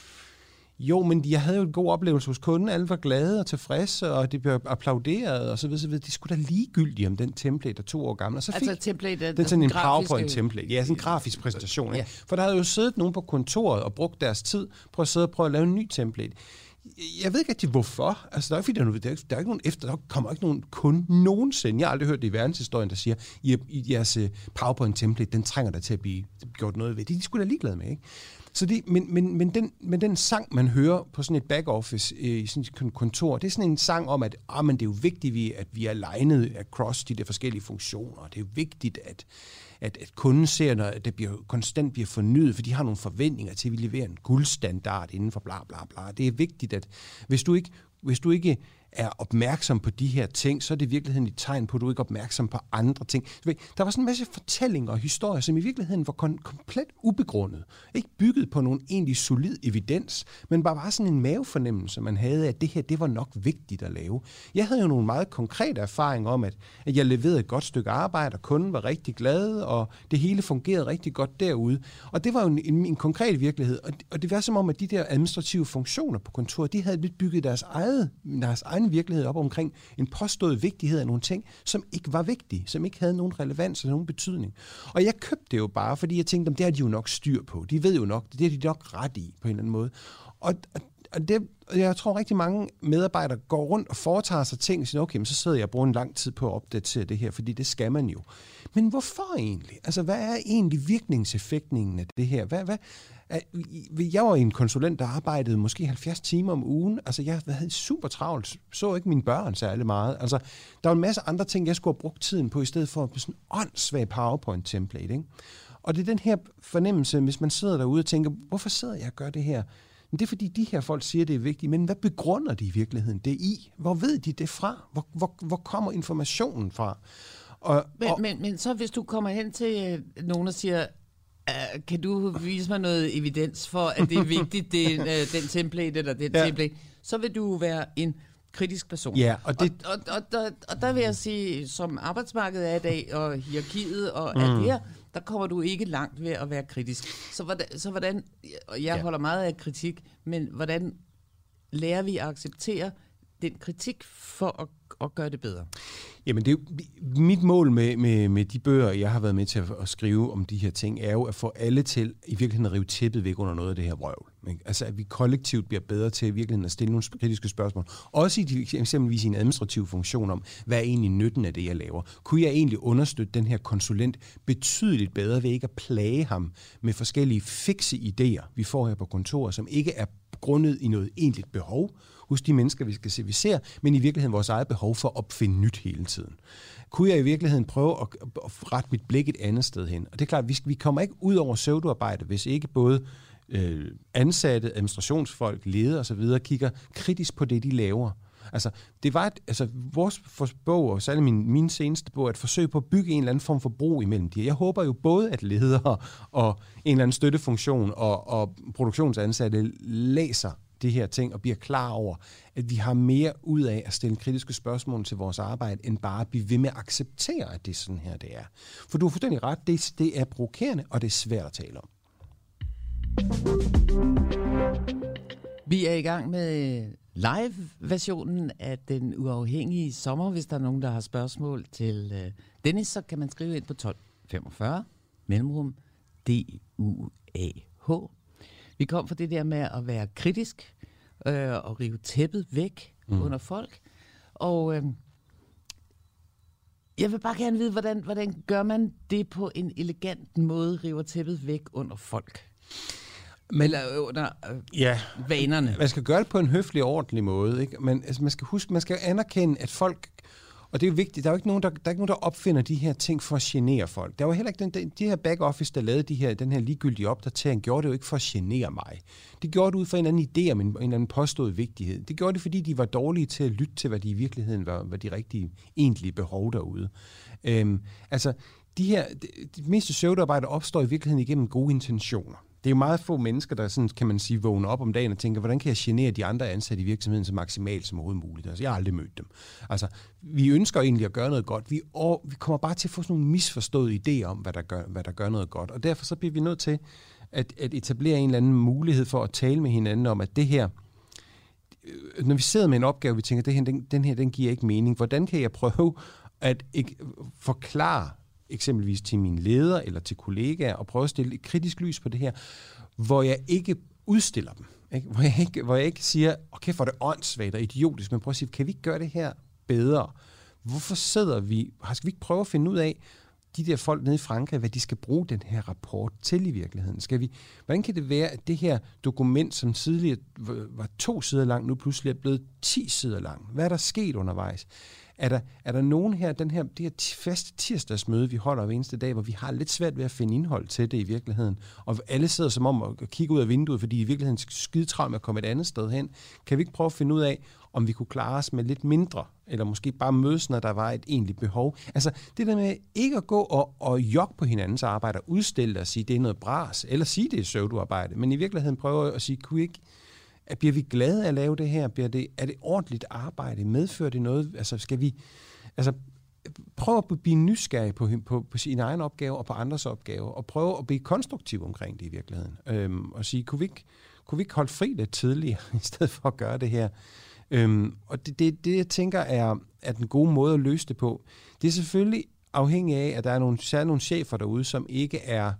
Jo, men jeg havde jo en god oplevelse hos kunden. Alle var glade og tilfredse, og det blev applauderet og så videre, så videre. De skulle da ligegyldige om den template, der to år gammel. Og så fik altså template er den sådan en PowerPoint-template. Ja, sådan en grafisk præsentation. Ja. For der havde jo siddet nogen på kontoret og brugt deres tid på at sidde og prøve at lave en ny template. Jeg ved ikke rigtig, hvorfor. Altså, der er ikke, der er, der er ikke nogen efter, der kommer ikke nogen kun nogensinde. Jeg har aldrig hørt det i verdenshistorien, der siger, I, i jeres PowerPoint-template, den trænger der til at blive gjort noget ved. Det er de sgu da ligeglade med, ikke? Så det, men, men, men, den, men den sang, man hører på sådan et back-office øh, i sådan et kontor, det er sådan en sang om, at ah, men det er jo vigtigt, at vi er legnet across de der forskellige funktioner. Det er jo vigtigt, at, at, at kunden ser, når det bliver, konstant bliver fornyet, for de har nogle forventninger til, at vi leverer en guldstandard inden for bla bla bla. Det er vigtigt, at hvis du ikke, hvis du ikke er opmærksom på de her ting, så er det i virkeligheden et tegn på, at du ikke er opmærksom på andre ting. Der var sådan en masse fortællinger og historier, som i virkeligheden var kon- komplet ubegrundet. Ikke bygget på nogen egentlig solid evidens, men bare var sådan en mavefornemmelse, man havde, at det her, det var nok vigtigt at lave. Jeg havde jo nogle meget konkrete erfaringer om, at, at jeg leverede et godt stykke arbejde, og kunden var rigtig glad, og det hele fungerede rigtig godt derude. Og det var jo en, en, en konkret virkelighed. Og det, og det var som om, at de der administrative funktioner på kontoret, de havde lidt bygget deres eget, deres egen virkelighed op omkring en påstået vigtighed af nogle ting, som ikke var vigtige, som ikke havde nogen relevans eller nogen betydning. Og jeg købte det jo bare, fordi jeg tænkte, det har de jo nok styr på. De ved jo nok, det er de nok ret i på en eller anden måde. Og, og, og det, jeg tror rigtig mange medarbejdere går rundt og foretager sig ting og siger, okay, men så sidder jeg og bruger en lang tid på at opdatere det her, fordi det skal man jo. Men hvorfor egentlig? Altså, hvad er egentlig virkningseffekten af det her? Hvad, hvad, jeg var en konsulent, der arbejdede måske halvfjerds timer om ugen. Altså, jeg havde super travlt. Så ikke mine børn særlig meget. Altså, der var en masse andre ting, jeg skulle have brugt tiden på, i stedet for på sådan en åndssvag PowerPoint-template, ikke? Og det er den her fornemmelse, hvis man sidder derude og tænker, hvorfor sidder jeg og gør det her? Men det er fordi, de her folk siger, det er vigtigt, men hvad begrunder de i virkeligheden det i? Hvor ved de det fra? Hvor, hvor, hvor kommer informationen fra? Og, men, og, men, men så hvis du kommer hen til øh, nogen og siger, uh, kan du vise mig noget evidens for, at det er vigtigt, det er, uh, den template eller den ja. template, så vil du være en kritisk person. Ja, og, det, og, og, og, der, og der vil jeg sige, som arbejdsmarkedet er i dag, og hierarkiet og mm. alt det her, der kommer du ikke langt ved at være kritisk. Så hvordan, så hvordan og jeg ja. holder meget af kritik, men hvordan lærer vi at acceptere den kritik for at, at gøre det bedre? Jamen, det er jo, mit mål med, med, med de bøger, jeg har været med til at, at skrive om de her ting, er jo at få alle til i virkeligheden at rive tæppet væk under noget af det her vrøvl. Altså, at vi kollektivt bliver bedre til i virkeligheden at stille nogle kritiske spørgsmål. Også i de, eksempelvis i en administrativ funktion om, hvad er egentlig nytten af det, jeg laver? Kunne jeg egentlig understøtte den her konsulent betydeligt bedre ved ikke at plage ham med forskellige fikse idéer, vi får her på kontoret, som ikke er grundet i noget egentligt behov hos de mennesker, vi skal servicere, men i virkeligheden vores eget behov for at opfinde nyt hele tiden. Kunne jeg i virkeligheden prøve at, at rette mit blik et andet sted hen? Og det er klart, vi, vi kommer ikke ud over pseudoarbejde, hvis ikke både øh, ansatte, administrationsfolk, ledere osv. kigger kritisk på det, de laver. Altså, det var et, altså, vores bog, og særligt min, min seneste bog, er et forsøg på at bygge en eller anden form for bro imellem de. Jeg håber jo både, at ledere og en eller anden støttefunktion og, og produktionsansatte læser de her ting og bliver klar over, at vi har mere ud af at stille kritiske spørgsmål til vores arbejde, end bare at blive ved med at acceptere, at det er sådan her, det er. For du har fuldstændig ret, det, det er provokerende, og det er svært at tale om. Vi er i gang med live-versionen af Den Uafhængige Sommer. Hvis der er nogen, der har spørgsmål til Dennis, så kan man skrive ind på tolv femogfyrre, mellemrum, D U A H. Vi kom fra det der med at være kritisk øh, og rive tæppet væk mm. under folk. Og øh, Jeg vil bare gerne vide, hvordan, hvordan gør man det på en elegant måde, river tæppet væk under folk? Men, Eller under øh, ja, vanerne. Man skal gøre det på en høflig og ordentlig måde, ikke? Men altså, man skal huske, man skal anerkende, at folk, og det er jo vigtigt, der er jo ikke nogen, der, der, er ikke nogen, der opfinder de her ting for at genere folk. Der var heller ikke den, de her back office, der lavede de her, den her ligegyldige opdatering, gjorde det jo ikke for at genere mig. De gjorde det ud fra en anden idé om en, en eller anden påstået vigtighed. Det gjorde det, fordi de var dårlige til at lytte til, hvad de i virkeligheden var, hvad de rigtige, egentlige behov derude. Øhm, altså, de her, de, de meste pseudoarbejder opstår i virkeligheden igennem gode intentioner. Det er jo meget få mennesker, der sådan, kan man sige, vågner op om dagen og tænker, hvordan kan jeg genere de andre ansatte i virksomheden så maksimalt som overhovedet muligt? Altså, jeg har aldrig mødt dem. Altså, vi ønsker egentlig at gøre noget godt. Vi, og, vi kommer bare til at få sådan nogle misforståede idéer om, hvad der gør, hvad der gør noget godt. Og derfor så bliver vi nødt til at, at etablere en eller anden mulighed for at tale med hinanden om, at det her, når vi sidder med en opgave, vi tænker, det her, den, den her, den giver ikke mening. Hvordan kan jeg prøve at ikke, forklare eksempelvis til mine ledere eller til kollegaer, og prøve at stille et kritisk lys på det her, hvor jeg ikke udstiller dem. Ikke? Hvor, jeg ikke, hvor jeg ikke siger, okay, for det åndssvagt og idiotisk, men prøv at sige, kan vi ikke gøre det her bedre? Hvorfor sidder vi, skal vi ikke prøve at finde ud af, de der folk nede i Frankrig, hvad de skal bruge den her rapport til i virkeligheden? Skal vi, hvordan kan det være, at det her dokument, som tidligere var to sider langt, nu pludselig er blevet ti sider langt? Hvad er der sket undervejs? Er der, er der nogen her, den her, det her faste tirsdagsmøde, vi holder hver eneste dag, hvor vi har lidt svært ved at finde indhold til det i virkeligheden, og alle sidder som om at kigge ud af vinduet, fordi i virkeligheden er skide travlt med at komme et andet sted hen. Kan vi ikke prøve at finde ud af, om vi kunne klare os med lidt mindre, eller måske bare mødes, når der var et egentligt behov? Altså det der med ikke at gå og, og jogge på hinandens arbejde, og udstille og sige, det er noget bras, eller sige, det er pseudoarbejde, men i virkeligheden prøve at sige, kunne vi ikke, bliver vi glade af at lave det her? Bliver det, er det ordentligt arbejde? Medfører det noget? Altså skal vi altså, prøve at blive nysgerrig på, på, på sin egen opgave og på andres opgaver, og prøve at blive konstruktiv omkring det i virkeligheden. Øhm, og sige, kunne vi, ikke, kunne vi ikke holde fri lidt tidligere, i stedet for at gøre det her? Øhm, og det, det, det, jeg tænker, er, er den gode måde at løse det på. Det er selvfølgelig afhængigt af, at der er nogle, særligt nogle chefer derude, som ikke er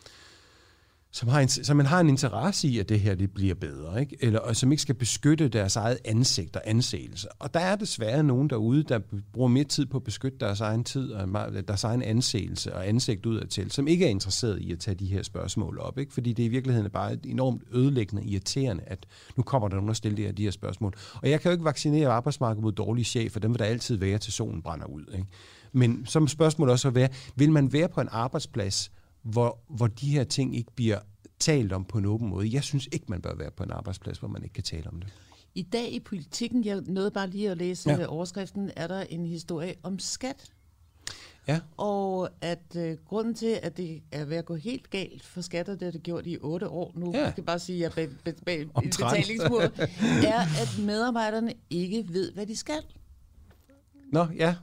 Som, har en, som man har en interesse i, at det her det bliver bedre, ikke? Eller og som ikke skal beskytte deres eget ansigt og anseelse. Og der er desværre nogen derude, der bruger mere tid på at beskytte deres egen tid og deres egen anseelse og ansigt udadtil, som ikke er interesseret i at tage de her spørgsmål op, ikke? Fordi det i virkeligheden er bare enormt ødelæggende, irriterende, at nu kommer der nogen og stiller de her, de her spørgsmål. Og jeg kan jo ikke vaccinere arbejdsmarkedet mod dårlige chefer, dem vil der altid være, til solen brænder ud, ikke? Men som spørgsmål også at være, vil man være på en arbejdsplads, Hvor, hvor de her ting ikke bliver talt om på en åben måde? Jeg synes ikke, man bør være på en arbejdsplads, hvor man ikke kan tale om det. I dag i Politikken, jeg nåede bare lige at læse ja. overskriften, er der en historie om skat. Ja. Og at øh, grunden til, at det er ved at gå helt galt for skatter, det har det gjort i otte år nu, ja. jeg kan bare sige, at jeg er bag, bag betalingsmur, er, at medarbejderne ikke ved, hvad de skal. Nå, ja.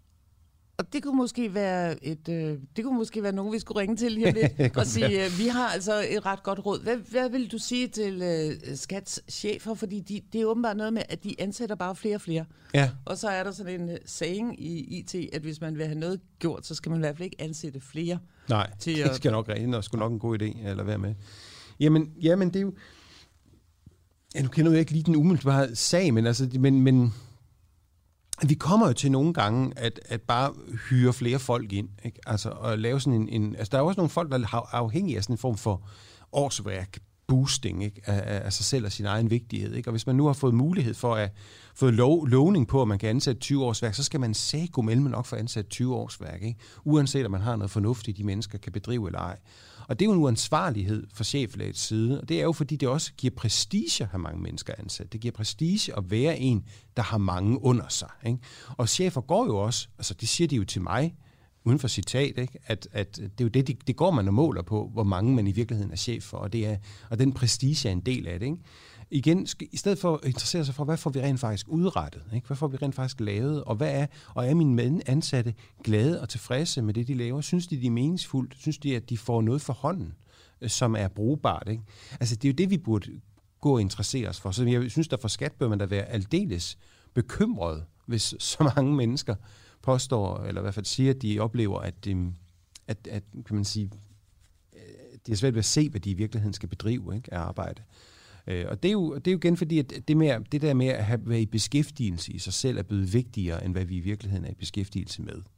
Og det kunne måske være et, øh, det kunne måske være nogen, vi skulle ringe til lige lidt og sige, øh, vi har altså et ret godt råd. Hvad, hvad vil du sige til øh, Skats chefer? Fordi de, det er åbenbart noget med, at de ansætter bare flere og flere. Ja. Og så er der sådan en uh, saying i I T, at hvis man vil have noget gjort, så skal man i hvert fald ikke ansætte flere. Nej, til det skal at... nok rene, og sgu nok en god idé at være med. Jamen, jamen det er jo... Ja, nu kender jeg ikke lige den umiddelbare sag, men altså... Men, men vi kommer jo til nogle gange at, at bare hyre flere folk ind, ikke? Altså at lave sådan en, en... Altså der er også nogle folk, der er afhængige af sådan en form for årsværk, boosting, ikke? Af, af sig selv og sin egen vigtighed, ikke? Og hvis man nu har fået mulighed for at få lov, lovning på, at man kan ansætte tyve årsværk, så skal man sige gå mellem nok for at ansætte tyve årsværk, ikke? Uanset om man har noget fornuftigt, de mennesker kan bedrive eller ej. Og det er jo en uansvarlighed fra cheflagets side, og det er jo fordi, det også giver prestige at have mange mennesker ansat. Det giver prestige at være en, der har mange under sig, ikke? Og chefer går jo også, altså det siger de jo til mig, uden for citat, ikke? At, at det er jo det, det går man og måler på, hvor mange man i virkeligheden er chef for, og, det er, og den prestige er en del af det, ikke? Igen, i stedet for at interessere sig for, hvad får vi rent faktisk udrettet, ikke? Hvad får vi rent faktisk lavet, og hvad er, og er mine ansatte glade og tilfredse med det, de laver? Synes de, de er meningsfuldt? Synes de, at de får noget for hånden, som er brugbart, ikke? Altså, det er jo det, vi burde gå og interessere os for. Så jeg synes, der for skat bør man da være aldeles bekymret, hvis så mange mennesker påstår, eller i hvert fald siger, at de oplever, at, at, at kan man sige, de er svært ved at se, hvad de i virkeligheden skal bedrive, ikke, af arbejde. Og det er, jo, det er jo igen fordi, at det, med, det der med at have, være i beskæftigelse i sig selv er blevet vigtigere, end hvad vi i virkeligheden er i beskæftigelse med.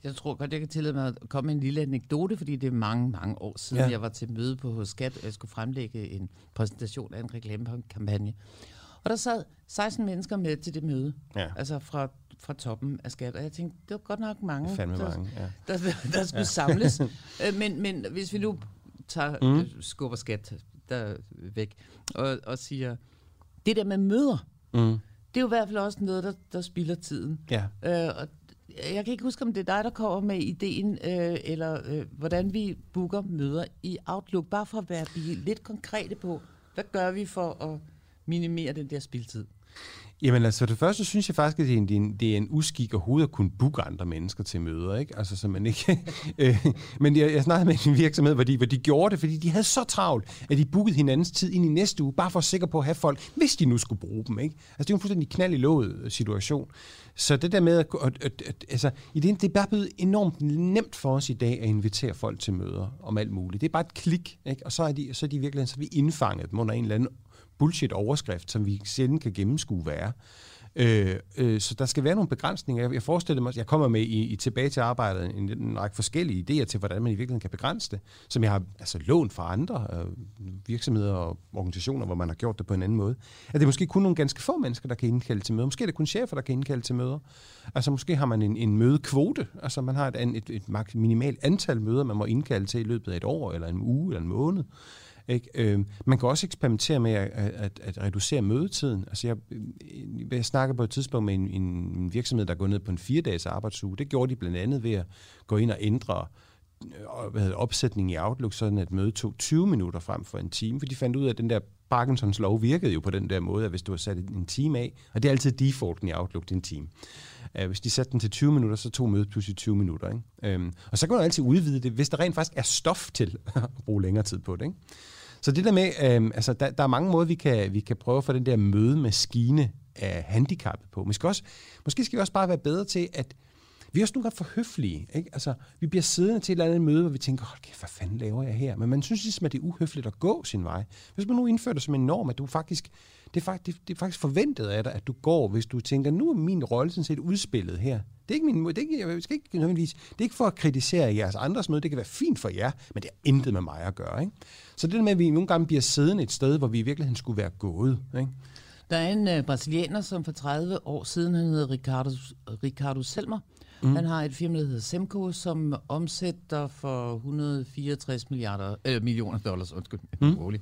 Jeg tror godt, jeg kan tillade mig at komme med en lille anekdote, fordi det er mange, mange år siden, ja. jeg var til møde på Skat, og jeg skulle fremlægge en præsentation af en reklamekampagne. Og der sad seksten mennesker med til det møde, ja. altså fra, fra toppen af Skat, og jeg tænkte, det var godt nok mange, der, mange ja. der, der, der skulle ja. samles. men, men hvis vi nu tager, mm. skubber Skat der væk, og, og siger, det der med møder, mm. det er jo i hvert fald også noget, der, der spilder tiden. Ja. Øh, og jeg kan ikke huske, om det er dig, der kommer med ideen, øh, eller øh, hvordan vi booker møder i Outlook, bare for at være lidt konkrete på, hvad gør vi for at minimere den der spildtid? Jamen altså, det første synes jeg faktisk, at det er en, det er en uskik overhovedet at kunne booke andre mennesker til møder, ikke? Altså, så man ikke... øh, men jeg, jeg snakkede med en virksomhed, hvor de, hvor de gjorde det, fordi de havde så travlt, at de bookede hinandens tid ind i næste uge, bare for at sikre på at have folk, hvis de nu skulle bruge dem, ikke? Altså, det er jo en fuldstændig knald i låget situation. Så det der med, at, at, at, at altså, det er bare blevet enormt nemt for os i dag at invitere folk til møder om alt muligt. Det er bare et klik, ikke? Og så er de, så er de virkelig, så er vi indfanget dem under en eller anden bullshit-overskrift, som vi sjældent kan gennemskue være. Øh, øh, så der skal være nogle begrænsninger. Jeg, jeg forestiller mig, jeg kommer med i, i tilbage til arbejdet en, en række forskellige idéer til, hvordan man i virkeligheden kan begrænse det, som jeg har altså lånt fra andre øh, virksomheder og organisationer, hvor man har gjort det på en anden måde. At det er måske kun nogle ganske få mennesker, der kan indkalde til møder. Måske er det kun chefer, der kan indkalde til møder. Altså måske har man en, en mødekvote. Altså man har et, et, et, et minimalt antal møder, man må indkalde til i løbet af et år, eller en uge, eller en måned. Ikke? Øh, man kan også eksperimentere med at, at, at reducere mødetiden. Altså jeg, jeg snakker på et tidspunkt med en, en virksomhed, der går ned på en fire dages arbejdsuge. Det gjorde de blandt andet ved at gå ind og ændre hvad hedder, opsætningen i Outlook, sådan at mødet tog tyve minutter frem for en time, for de fandt ud af, at den der Parkinsons lov virkede jo på den der måde, at hvis du har sat en time af, og det er altid defaulten i Outlook, det er en time. Uh, hvis de satte den til tyve minutter, så tog mødet pludselig tyve minutter. Ikke? Um, og så kan man altid udvide det, hvis der rent faktisk er stof til at bruge længere tid på det. Ikke? Så det der med, um, altså der, der er mange måder, vi kan, vi kan prøve at få den der mødemaskine af handicappet på. Måske, også, måske skal vi også bare være bedre til, at vi er også nogle gange for høflige. Ikke? Altså, vi bliver siddende til et eller andet møde, hvor vi tænker, hold kæft, hvad fanden laver jeg her? Men man synes ligesom, at det er uhøfligt at gå sin vej. Hvis man nu indfører det som en norm, at du faktisk, det er faktisk, det er faktisk forventet af dig, at du går, hvis du tænker, nu er min rolle sådan set udspillet her. Det er ikke min, det er ikke, jeg skal ikke nødvendigvis, det er ikke for at kritisere jeres andres møde, det kan være fint for jer, men det er intet med mig at gøre. Ikke? Så det der med, at vi nogle gange bliver siddende et sted, hvor vi i virkeligheden skulle være gået. Ikke? Der er en uh, brasilianer, som for tredive år siden, han hedder Ricardo, Ricardo Selmer. Mm. Han har et firma, der hedder Semco, som omsætter for et hundrede og fireogtres milliarder, øh, millioner dollars. Undskyld, mm. uh,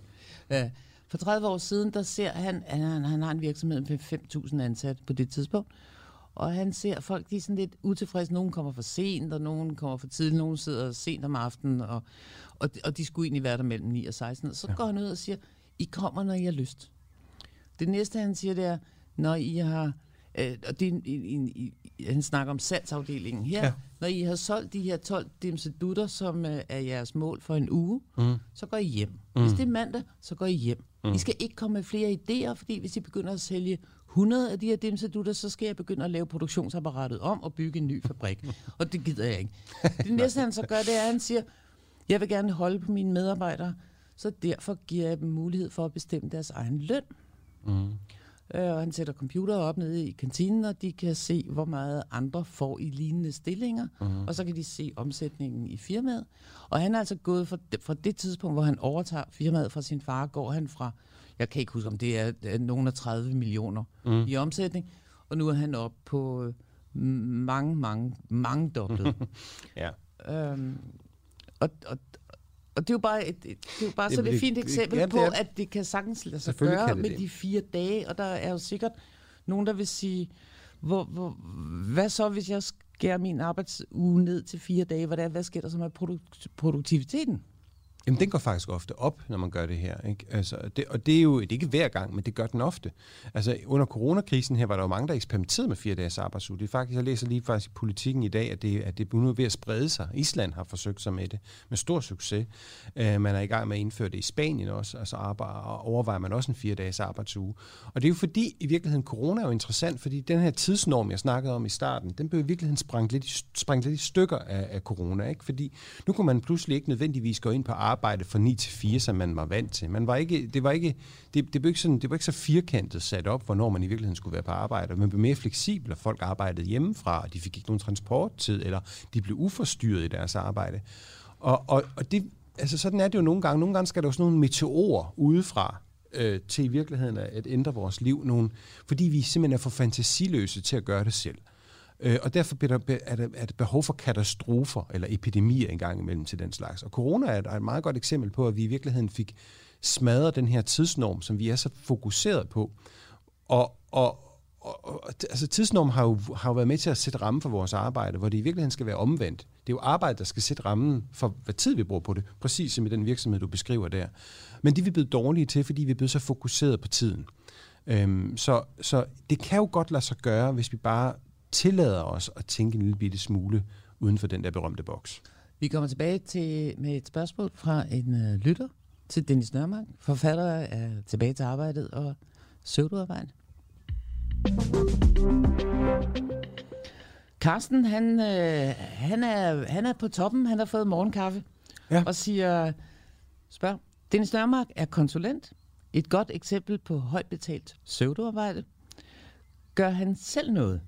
for tredive år siden, der ser han, han, han har en virksomhed med fem tusind ansatte på det tidspunkt, og han ser folk, de er sådan lidt utilfredse. Nogen kommer for sent, og nogen kommer for tidligt, nogen sidder sent om aftenen, og, og, og de skulle egentlig være der mellem ni og seksten. Så ja. går han ud og siger, I kommer, når I har lyst. Det næste, han siger, det er, når I har... Øh, og det er en, en, en, han snakker om salgsafdelingen her. Ja. Når I har solgt de her tolv dimsedutter, som øh, er jeres mål for en uge, mm. så går I hjem. Mm. Hvis det er mandag, så går I hjem. Mm. I skal ikke komme med flere idéer, fordi hvis I begynder at sælge hundrede af de her dimsedutter, så skal jeg begynde at lave produktionsapparatet om og bygge en ny fabrik. Og det gider jeg ikke. Det næste, han så gør, det er, at han siger, jeg vil gerne holde på mine medarbejdere, så derfor giver jeg dem mulighed for at bestemme deres egen løn. Mm. Og han sætter computer op nede i kantinen, og de kan se, hvor meget andre får i lignende stillinger, uh-huh. og så kan de se omsætningen i firmaet. Og han er altså gået fra det, fra det tidspunkt, hvor han overtager firmaet fra sin far, går han fra, jeg kan ikke huske, om det er, er nogen af tredive millioner uh-huh. i omsætning, og nu er han oppe på mange, mange, mange dobbelt. ja. øhm, og, og Og det er jo bare, et, et, det er jo bare det, sådan et fint eksempel ja, på, er, at det kan sagtens lade sig gøre med det. De fire dage, og der er jo sikkert nogen, der vil sige, hvor, hvor, hvad så, hvis jeg skærer min arbejdsuge ned til fire dage? Hvad, der, hvad sker der så med produk- produktiviteten? Jamen, den går faktisk ofte op, når man gør det her. Ikke? Altså, det, og det er jo det er ikke hver gang, men det gør den ofte. Altså, under coronakrisen her var der jo mange, der eksperimenterede med fire dages arbejdsuge. Det er faktisk, jeg læser lige faktisk i Politikken i dag, at det, at det er nu ved at sprede sig. Island har forsøgt sig med det med stor succes. Uh, man er i gang med at indføre det i Spanien også, altså arbejde, og overvejer man også en fire dages arbejdsuge. Og det er jo fordi, i virkeligheden, corona er jo interessant, fordi den her tidsnorm, jeg snakkede om i starten, den blev i virkeligheden sprængt lidt, sprængt lidt i stykker af, af corona. Ikke? Fordi nu kunne man pludselig ikke nødvendigvis gå ind på arbejde arbejde fra ni til fire, som man var vant til. Man var ikke, det var ikke, det, det, blev ikke sådan, det var ikke så firkantet sat op, hvornår man i virkeligheden skulle være på arbejde. Man blev mere fleksibel, og folk arbejdede hjemmefra, og de fik ikke nogen transporttid, eller de blev uforstyrret i deres arbejde. Og, og, og det, altså sådan er det jo nogle gange. Nogle gange skal der jo sådan nogle meteorer udefra, øh, til i virkeligheden at ændre vores liv. Nogle, fordi vi simpelthen er for fantasiløse til at gøre det selv. Øh, og derfor er der, er der behov for katastrofer eller epidemier engang imellem til den slags. Og corona er et meget godt eksempel på, at vi i virkeligheden fik smadret den her tidsnorm, som vi er så fokuseret på. Og, og, og, og altså tidsnormen har jo, har jo været med til at sætte ramme for vores arbejde, hvor det i virkeligheden skal være omvendt. Det er jo arbejde, der skal sætte rammen for, hvad tid vi bruger på det, præcis som i den virksomhed, du beskriver der. Men det er vi blevet dårlige til, fordi vi er blevet så fokuseret på tiden. Øhm, så, så det kan jo godt lade sig gøre, hvis vi bare tillader os at tænke en lille bitte smule uden for den der berømte boks. Vi kommer tilbage til, med et spørgsmål fra en uh, lytter til Dennis Nørmark, forfatter af Tilbage til arbejdet og Pseudoarbejde. Carsten, han, øh, han, er, han er på toppen, han har fået morgenkaffe, ja. Og siger, spørg, Dennis Nørmark er konsulent, et godt eksempel på højt betalt pseudoarbejde. Gør han selv noget?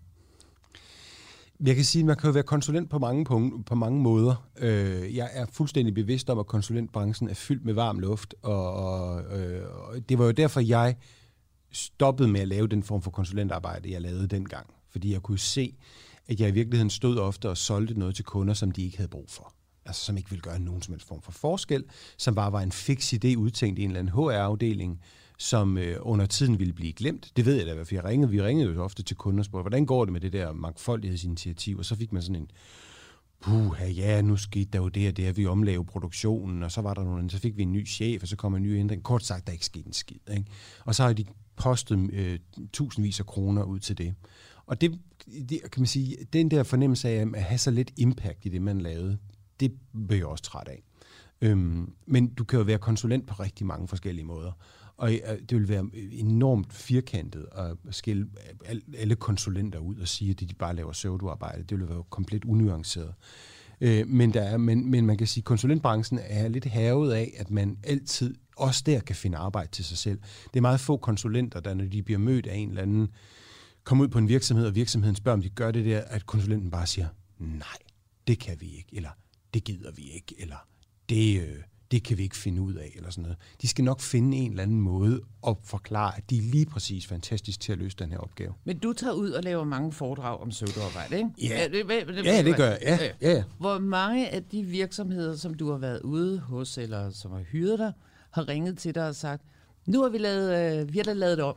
Jeg kan sige, at man kan jo være konsulent på mange, punkt, på mange måder. Jeg er fuldstændig bevidst om, at konsulentbranchen er fyldt med varm luft, og, og, og det var jo derfor, jeg stoppede med at lave den form for konsulentarbejde, jeg lavede dengang. Fordi jeg kunne se, at jeg i virkeligheden stod ofte og solgte noget til kunder, som de ikke havde brug for. Altså som ikke ville gøre nogen som helst form for forskel, som bare var en fix idé udtænkt i en eller anden H R-afdeling, som øh, under tiden ville blive glemt. Det ved jeg da, for jeg ringede, vi ringede jo ofte til kunder og spurgte, hvordan går det med det der mangfoldighedsinitiativ? Og så fik man sådan en, puha, ja, nu skete der jo det og det, at vi omlavede produktionen, og så var der nogen, så fik vi en ny chef, og så kom en ny ændring. Kort sagt, der ikke skete en skid. Ikke? Og så har de postet øh, tusindvis af kroner ud til det. Og det, det, kan man sige, den der fornemmelse af at have så lidt impact i det, man lavede, det blev jeg også træt af. Øhm, men du kan jo være konsulent på rigtig mange forskellige måder. Og øh, det vil være enormt firkantet at skille alle konsulenter ud og sige, at de bare laver pseudoarbejde. Det vil være komplet unuanceret. Øh, men, der er, men, men man kan sige, at konsulentbranchen er lidt hærget af, at man altid også der kan finde arbejde til sig selv. Det er meget få konsulenter, der når de bliver mødt af en eller anden, kommer ud på en virksomhed, og virksomheden spørger, om de gør det der, at konsulenten bare siger, nej, det kan vi ikke, eller det gider vi ikke, eller det, øh, det kan vi ikke finde ud af, eller sådan noget. De skal nok finde en eller anden måde at forklare, at de er lige præcis fantastisk til at løse den her opgave. Men du tager ud og laver mange foredrag om pseudoarbejde, ikke? Ja, ja det, det, det, ja, det gør jeg. Ja, ja. Hvor mange af de virksomheder, som du har været ude hos, eller som har hyret dig, har ringet til dig og sagt, nu har vi lavet, øh, vi har da lavet det om.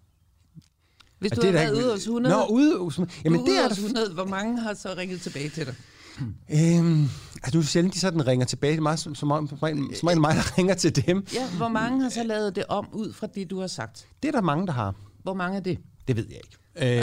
Hvis du har været ude hos hundrede, Nå, ude hos Jamen, det er hos hundrede, hvor mange har så ringet tilbage til dig? Øhm, altså, du er sjældent, de sådan ringer tilbage. Det er meget som, som, som, som mig, der ringer til dem. Ja, hvor mange har så lavet det om ud fra det, du har sagt? Det er der mange, der har. Hvor mange er det? Det ved jeg ikke.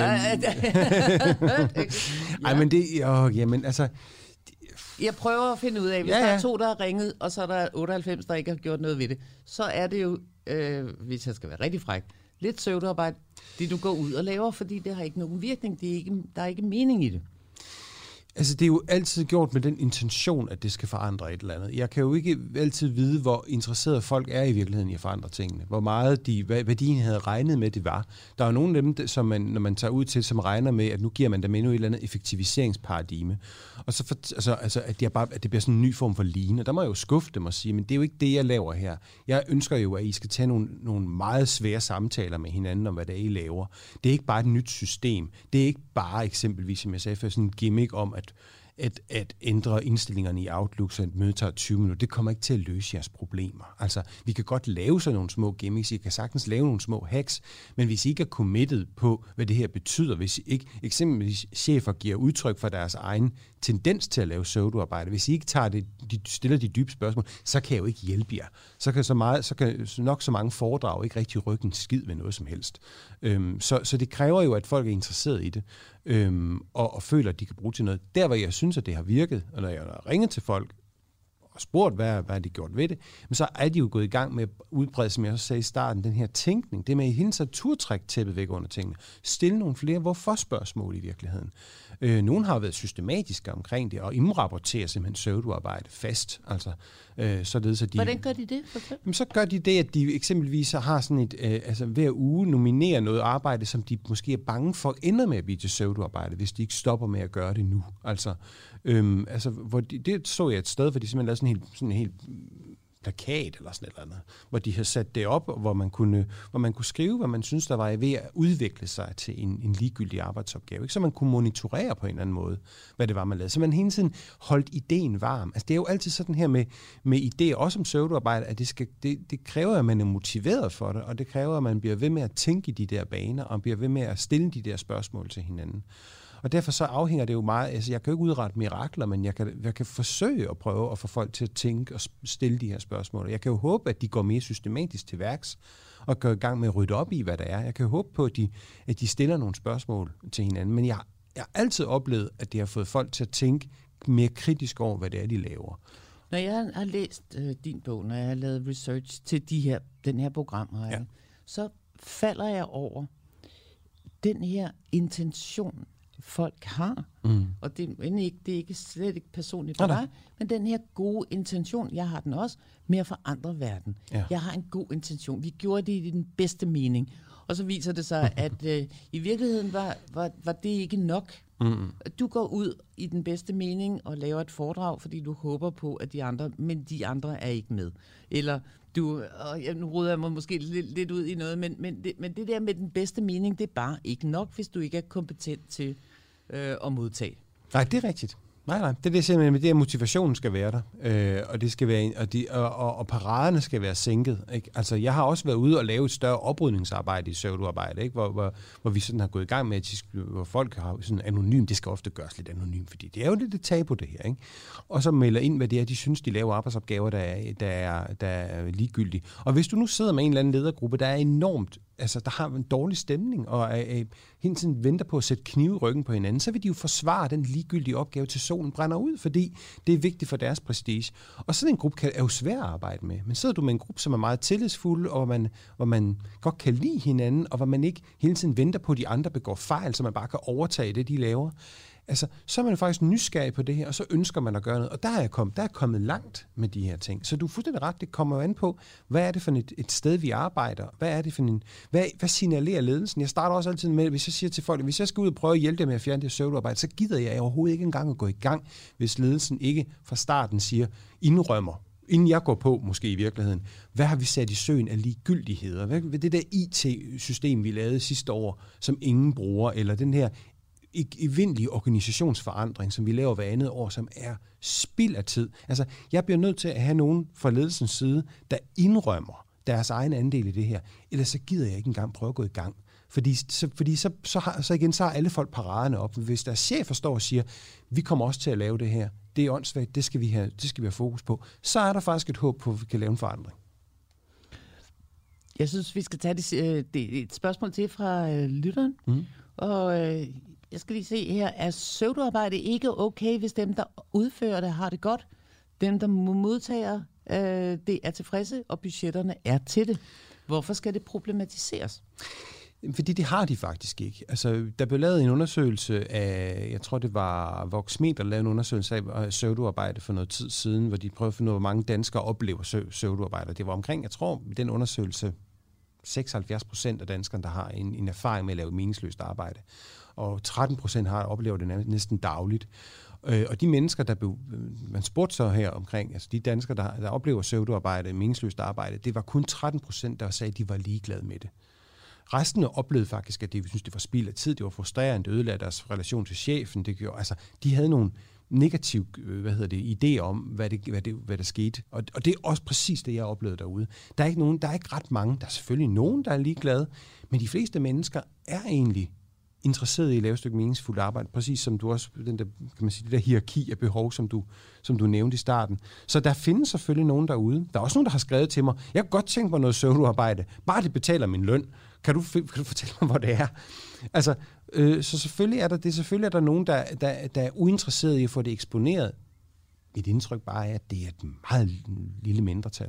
Øhm, Ej, men det... Åh, jamen, altså... Jeg prøver at finde ud af, hvis ja, ja. der er to, der har ringet, og så er der otteoghalvfems, der ikke har gjort noget ved det, så er det jo, øh, hvis jeg skal være rigtig fræk, lidt pseudoarbejde, det du går ud og laver, fordi det har ikke nogen virkning, det er ikke, der er ikke mening i det. Altså, det er jo altid gjort med den intention, at det skal forandre et eller andet. Jeg kan jo ikke altid vide, hvor interesserede folk er i virkeligheden i at forandre tingene. Hvor meget de, hvad, hvad de havde regnet med, det var. Der er jo nogle af dem, som man, når man tager ud til, som regner med, at nu giver man dem endnu et eller andet effektiviseringsparadigme. Og så for, altså, altså, at, de bare, at det bliver sådan en ny form for line. Og der må jeg jo skuffe dem og sige, men det er jo ikke det, jeg laver her. Jeg ønsker jo, at I skal tage nogle, nogle meget svære samtaler med hinanden om, hvad det er, I laver. Det er ikke bare et nyt system. Det er ikke bare eksempelvis, som jeg sagde før, sådan en gimmick om, at At, at ændre indstillingerne i Outlook, så et møde tager tyve minutter, det kommer ikke til at løse jeres problemer. Altså, vi kan godt lave sådan nogle små gimmicks, I kan sagtens lave nogle små hacks, men hvis I ikke er committed på, hvad det her betyder, hvis I ikke, eksempelvis chefer giver udtryk for deres egen tendens til at lave pseudoarbejde, hvis I ikke tager det, de stiller de dybe spørgsmål, så kan jeg jo ikke hjælpe jer. Så kan, så meget, så kan nok så mange foredrag ikke rigtig rykke en skid ved noget som helst. Øhm, så, så det kræver jo, at folk er interesseret i det, øhm, og, og føler, at de kan bruge til noget. Der, hvor jeg synes, at det har virket, og når jeg har ringet til folk og spurgt, hvad, hvad de gjort ved det, men så er de jo gået i gang med at udbrede, som jeg også sagde i starten, den her tænkning, det med i hele tiden turtræk tæppet væk under tingene. Stille nogle flere hvorfor-spørgsmål i virkeligheden. Øh, nogle har været systematiske omkring det, og indrapporterer simpelthen pseudoarbejde fast. Altså, øh, således, at de, Hvordan gør de det? For jamen, så gør de det, at de eksempelvis har sådan et, øh, altså hver uge nominerer noget arbejde, som de måske er bange for ender med at blive til pseudoarbejde, hvis de ikke stopper med at gøre det nu. Altså, øhm, altså hvor de, det så jeg et sted, hvor de simpelthen lavede sådan en helt, sådan en helt plakat eller sådan et eller andet, hvor de havde sat det op, hvor man kunne, hvor man kunne skrive, hvad man synes, der var ved at udvikle sig til en, en ligegyldig arbejdsopgave. Ikke? Så man kunne monitorere på en eller anden måde, hvad det var, man lavede. Så man hele tiden holdt ideen varm. Altså, det er jo altid sådan her med, med idéer, også om pseudoarbejde, at det, skal, det, det kræver, at man er motiveret for det, og det kræver, at man bliver ved med at tænke i de der baner, og bliver ved med at stille de der spørgsmål til hinanden. Og derfor så afhænger det jo meget, altså jeg kan jo ikke udrette mirakler, men jeg kan, jeg kan forsøge at prøve at få folk til at tænke og stille de her spørgsmål. Jeg kan jo håbe, at de går mere systematisk til værks og går i gang med at rydde op i, hvad der er. Jeg kan jo håbe på, at de, at de stiller nogle spørgsmål til hinanden, men jeg, jeg har altid oplevet, at det har fået folk til at tænke mere kritisk over, hvad det er, de laver. Når jeg har læst øh, din bog, når jeg har lavet research til de her, den her program, ja. så falder jeg over den her intention, folk har, mm. og det er, ikke, det er ikke slet ikke personligt for mig, men den her gode intention, jeg har den også, med at forandre verden. Ja. Jeg har en god intention. Vi gjorde det i den bedste mening. Og så viser det sig, at øh, i virkeligheden var, var, var det ikke nok. Mm. Du går ud i den bedste mening og laver et foredrag, fordi du håber på, at de andre, men de andre er ikke med. Eller du, og jeg, nu råder jeg mig måske lidt, lidt ud i noget, men, men, det, men det der med den bedste mening, det er bare ikke nok, hvis du ikke er kompetent til øh, at modtage. Nej, det er rigtigt. Nej, nej. Det er det simpelthen, det er, motivationen skal være der, øh, og det skal være, og, de, og, og, og paraderne skal være sænket. Ikke? Altså, jeg har også været ude og lave et større oprydningsarbejde i pseudoarbejde, ikke? Hvor, hvor, hvor vi sådan har gået i gang med, at de, hvor folk har sådan anonymt, det skal ofte gøres lidt anonymt, fordi det er jo lidt et tabu, det her. Ikke? Og så melder ind, hvad det er, de synes, de laver arbejdsopgaver, der er, der er, der er ligegyldige. Og hvis du nu sidder med en eller anden ledergruppe, der er enormt, altså der har en dårlig stemning, og er, er, hele tiden venter på at sætte knive i ryggen på hinanden, så vil de jo forsvare den ligegyldige opgave, til solen brænder ud, fordi det er vigtigt for deres prestige. Og sådan en gruppe kan, er jo svær at arbejde med. Men sidder du med en gruppe, som er meget tillidsfuld, og hvor man, hvor man godt kan lide hinanden, og hvor man ikke hele tiden venter på, at de andre begår fejl, så man bare kan overtage det, de laver, altså, så er man faktisk nysgerrig på det her, og så ønsker man at gøre noget. Og der er jeg kommet, der er kommet langt med de her ting. Så du er fuldstændig ret, det kommer jo an på, hvad er det for et, et sted, vi arbejder? Hvad er det for en, hvad, hvad signalerer ledelsen? Jeg starter også altid med, hvis jeg siger til folk, hvis jeg skal ud og prøve at hjælpe dem med at fjerne det pseudoarbejde, så gider jeg overhovedet ikke engang at gå i gang, hvis ledelsen ikke fra starten siger, indrømmer, inden jeg går på, måske i virkeligheden, hvad har vi sat i søen af ligegyldigheder? Hvad er det der I T-system, vi lavede sidste år, som ingen bruger, eller den her evindelige organisationsforandring, som vi laver hver andet år, som er spild af tid. Altså, jeg bliver nødt til at have nogen fra ledelsens side, der indrømmer deres egen andel i det her. Ellers så gider jeg ikke engang prøve at gå i gang. Fordi, så, fordi så, så, har, så igen, så har alle folk paraderne op. Hvis deres chefer står og siger, vi kommer også til at lave det her, det er åndssvagt, det skal vi have, det skal vi have fokus på, så er der faktisk et håb på, at vi kan lave en forandring. Jeg synes, vi skal tage det, det, et spørgsmål til fra øh, lytteren. Mm. Og øh, jeg skal lige se her, er pseudoarbejde ikke okay, hvis dem, der udfører det, har det godt? Dem, der modtager øh, det, er tilfredse, og budgetterne er til det. Hvorfor skal det problematiseres? Fordi det har de faktisk ikke. Altså, der blev lavet en undersøgelse af, jeg tror det var Voxmeter, der lavede en undersøgelse af pseudoarbejde for noget tid siden, hvor de prøvede at finde ud af, hvor mange danskere oplever pseudoarbejde. Det var omkring, jeg tror, den undersøgelse, seksoghalvfjerds procent af danskerne, der har en, en erfaring med at lave meningsløst arbejde. Og tretten procent har oplevet det næsten dagligt. Øh, og de mennesker, der blev, man spurgte så her omkring, altså de danskere, der, der oplever pseudoarbejde, meningsløst arbejde, det var kun tretten procent, der sagde, at de var ligeglade med det. Resten oplevede faktisk, at de synes, det var spild af tid, det var frustrerende, det ødelagde deres relation til chefen, det gjorde, altså, de havde nogle negative, hvad hedder det, idéer om, hvad, det, hvad, det, hvad der skete. Og, og det er også præcis det, jeg oplevede derude. Der er ikke nogen, der er ikke ret mange, der er selvfølgelig nogen, der er ligeglade, men de fleste mennesker er egentlig interesseret i at lave et stykke meningsfuldt arbejde, præcis som du også, den der, kan man sige, det der hierarki af behov, som du, som du nævnte i starten. Så der findes selvfølgelig nogen derude. Der er også nogen, der har skrevet til mig, jeg kan godt tænke mig noget pseudoarbejde, bare det betaler min løn. Kan du, kan du fortælle mig, hvor det er? Altså, øh, så selvfølgelig er der det. Selvfølgelig er der nogen, der, der, der er uinteresseret i at få det eksponeret. Mit indtryk bare er, at det er et meget lille mindretal.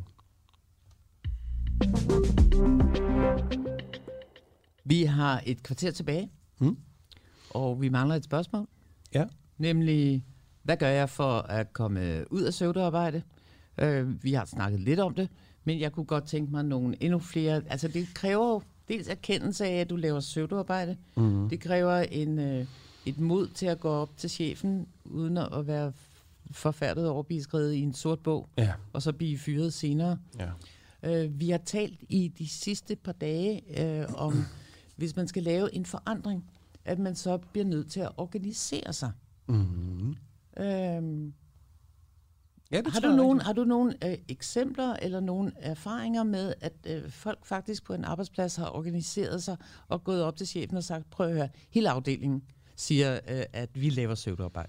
Vi har et kvarter tilbage, mm. og vi mangler et spørgsmål. Ja. Nemlig, hvad gør jeg for at komme ud af pseudoarbejde? Øh, vi har snakket lidt om det, men jeg kunne godt tænke mig nogle endnu flere. Altså det kræver jo dels erkendelse af, at du laver pseudoarbejde. Mm-hmm. Det kræver en, øh, et mod til at gå op til chefen, uden at være forfærdet over at blive skrevet i en sort bog, ja. og så blive fyret senere. Ja. Øh, vi har talt i de sidste par dage øh, om, hvis man skal lave en forandring, at man så bliver nødt til at organisere sig. Mm-hmm. Øhm, ja, det har, du nogen, har du nogle øh, eksempler eller nogle erfaringer med, at øh, folk faktisk på en arbejdsplads har organiseret sig og gået op til chefen og sagt, prøv at høre, hele afdelingen siger, øh, at vi laver pseudoarbejde?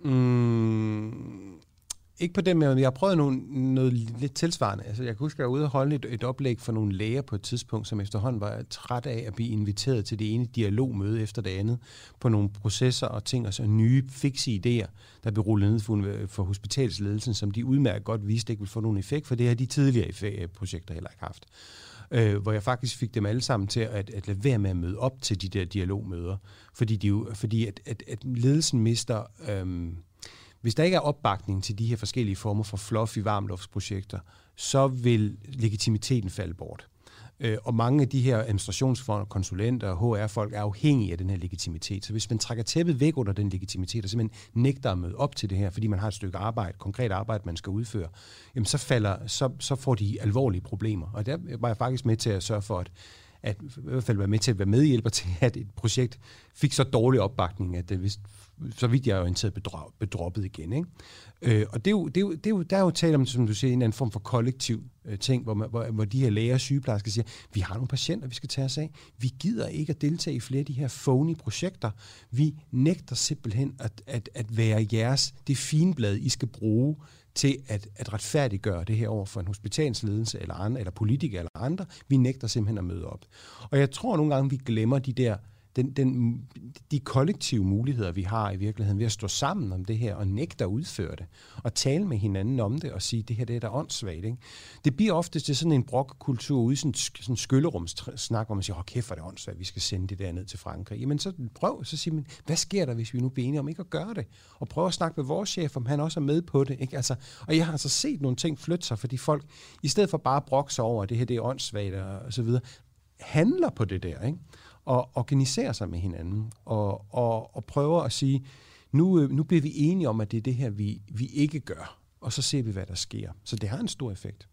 Mm, ikke på den måde, men jeg har prøvet nogle, noget lidt tilsvarende. Altså, jeg kan huske, at jeg var ude og holde et, et oplæg for nogle læger på et tidspunkt, som efterhånden var træt af at blive inviteret til det ene dialogmøde efter det andet, på nogle processer og ting, og så nye fikse idéer, der blev rullet ned for, for hospitalsledelsen, som de udmærket godt vidste ikke ville få nogen effekt, for det har de tidligere projekter heller ikke haft. Øh, hvor jeg faktisk fik dem alle sammen til at, at lade være med at møde op til de der dialogmøder, fordi, de jo, fordi at, at, at ledelsen mister... Øhm, Hvis der ikke er opbakning til de her forskellige former for fluffy varmluftsprojekter, så vil legitimiteten falde bort. Og mange af de her administrationsfolk, konsulenter og H R-folk er afhængige af den her legitimitet. Så hvis man trækker tæppet væk under den legitimitet, og simpelthen nægter at møde op til det her, fordi man har et stykke arbejde, konkret arbejde, man skal udføre, jamen så, falder, så, så får de alvorlige problemer. Og der var jeg faktisk med til at sørge for, at at i hvert fald være med til at være medhjælper til, at et projekt fik så dårlig opbakning, at det vist, så vidt jeg er orienteret, bedrop, bedroppet igen. Ikke? Øh, og det er, jo, det, er jo, det er jo, der er jo tale om, som du siger, en anden form for kollektiv øh, ting, hvor, man, hvor, hvor de her læger og sygeplejersker siger, vi har nogle patienter, vi skal tage os af. Vi gider ikke at deltage i flere af de her phony projekter. Vi nægter simpelthen at, at, at være jeres, det finblad, I skal bruge til at, at retfærdiggøre det her over for en hospitalsledelse eller andre, eller politikere eller andre. Vi nægter simpelthen at møde op. Og jeg tror nogle gange, vi glemmer de der, den, den, de kollektive muligheder, vi har i virkeligheden ved at stå sammen om det her og nægte at udføre det. Og tale med hinanden om det og sige, det her det er da åndssvagt. Ikke? Det bliver ofte til sådan en brokkultur ude i sådan, sådan en skyllerumssnak, hvor man siger, hold kæft, hvor er det åndssvagt, vi skal sende det der ned til Frankrig. Jamen så prøv, så siger man, hvad sker der, hvis vi nu bliver enige om ikke at gøre det? Og prøv at snakke med vores chef, om han også er med på det. Ikke? Altså, og jeg har altså set nogle ting flytte sig, fordi folk, i stedet for bare at brokke sig over, at det her det er åndssvagt og så videre, handler på det der, ikke? Og organiserer sig med hinanden, og, og, og prøver at sige, nu, nu bliver vi enige om, at det er det her, vi, vi ikke gør, og så ser vi, hvad der sker. Så det har en stor effekt.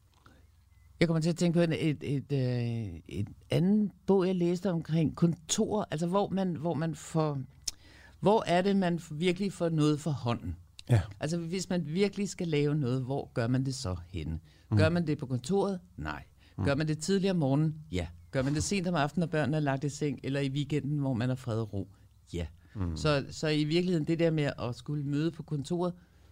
Jeg kommer til at tænke på et, et, et, et, et andet bog, jeg læste omkring kontor, altså hvor man, hvor man får, hvor er det, man virkelig får noget for hånden? Ja. Altså hvis man virkelig skal lave noget, hvor gør man det så henne? Gør man det på kontoret? Nej. Gør man det tidligere om morgenen? Ja. Gør man det sent om aftenen, når børnene er lagt i seng, eller i weekenden, hvor man er fred og ro? Ja. Mm. Så, så i virkeligheden, det der med at skulle møde på kontoret,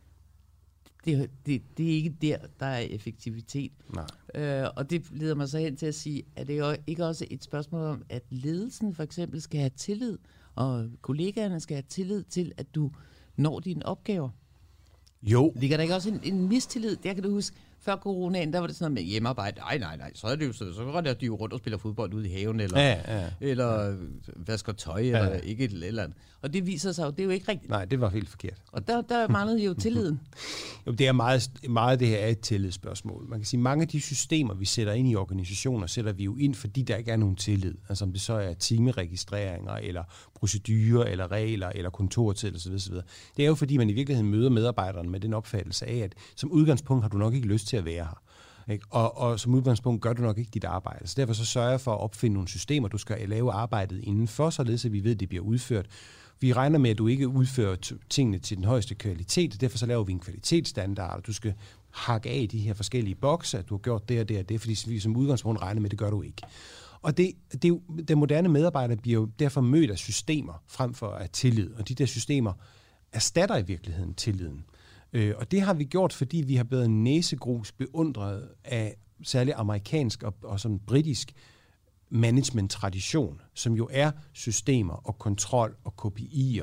det, det, det er ikke der, der er effektivitet. Nej. Øh, og det leder mig så hen til at sige, at det er ikke også et spørgsmål om, at ledelsen for eksempel skal have tillid, og kollegaerne skal have tillid til, at du når dine opgaver. Jo. Ligger der ikke også en, en mistillid? Der kan du huske, før coronaen, der var det sådan noget med hjemmearbejde. Nej, nej, nej, så er det jo så, så render de jo rundt og spiller fodbold ude i haven, eller, ja, ja. eller vasker tøj, ja. eller ikke et eller andet. Og det viser sig jo, det er jo ikke rigtigt. Nej, det var helt forkert. Og der, der manglede jo tilliden. Jo, det er meget, meget det her er et tillidsspørgsmål. Man kan sige, mange af de systemer, vi sætter ind i organisationer, sætter vi jo ind, fordi der ikke er nogen tillid. Altså om det så er timeregistreringer, eller procedurer, eller regler, eller kontortid, osv. osv. Det er jo fordi, man i virkeligheden møder medarbejderne med den opfattelse af, at som udgangspunkt har du nok ikke lyst til at være her. Ikke? Og, og som udgangspunkt gør du nok ikke dit arbejde. Så derfor så sørger jeg for at opfinde nogle systemer, du skal lave arbejdet indenfor, således at vi ved, at det bliver udført. Vi regner med, at du ikke udfører tingene til den højeste kvalitet, derfor så laver vi en kvalitetsstandard, og du skal hakke af de her forskellige bokse, at du har gjort det og det og det, fordi vi som udgangspunkt regner med, at det gør du ikke. Og det, det er jo, den moderne medarbejder bliver jo derfor mødt af systemer frem for af tillid, og de der systemer erstatter i virkeligheden tilliden. Øh, og det har vi gjort, fordi vi har blevet næsegrus beundret af særligt amerikansk og, og sådan britisk management-tradition, som jo er systemer og kontrol og K P I'er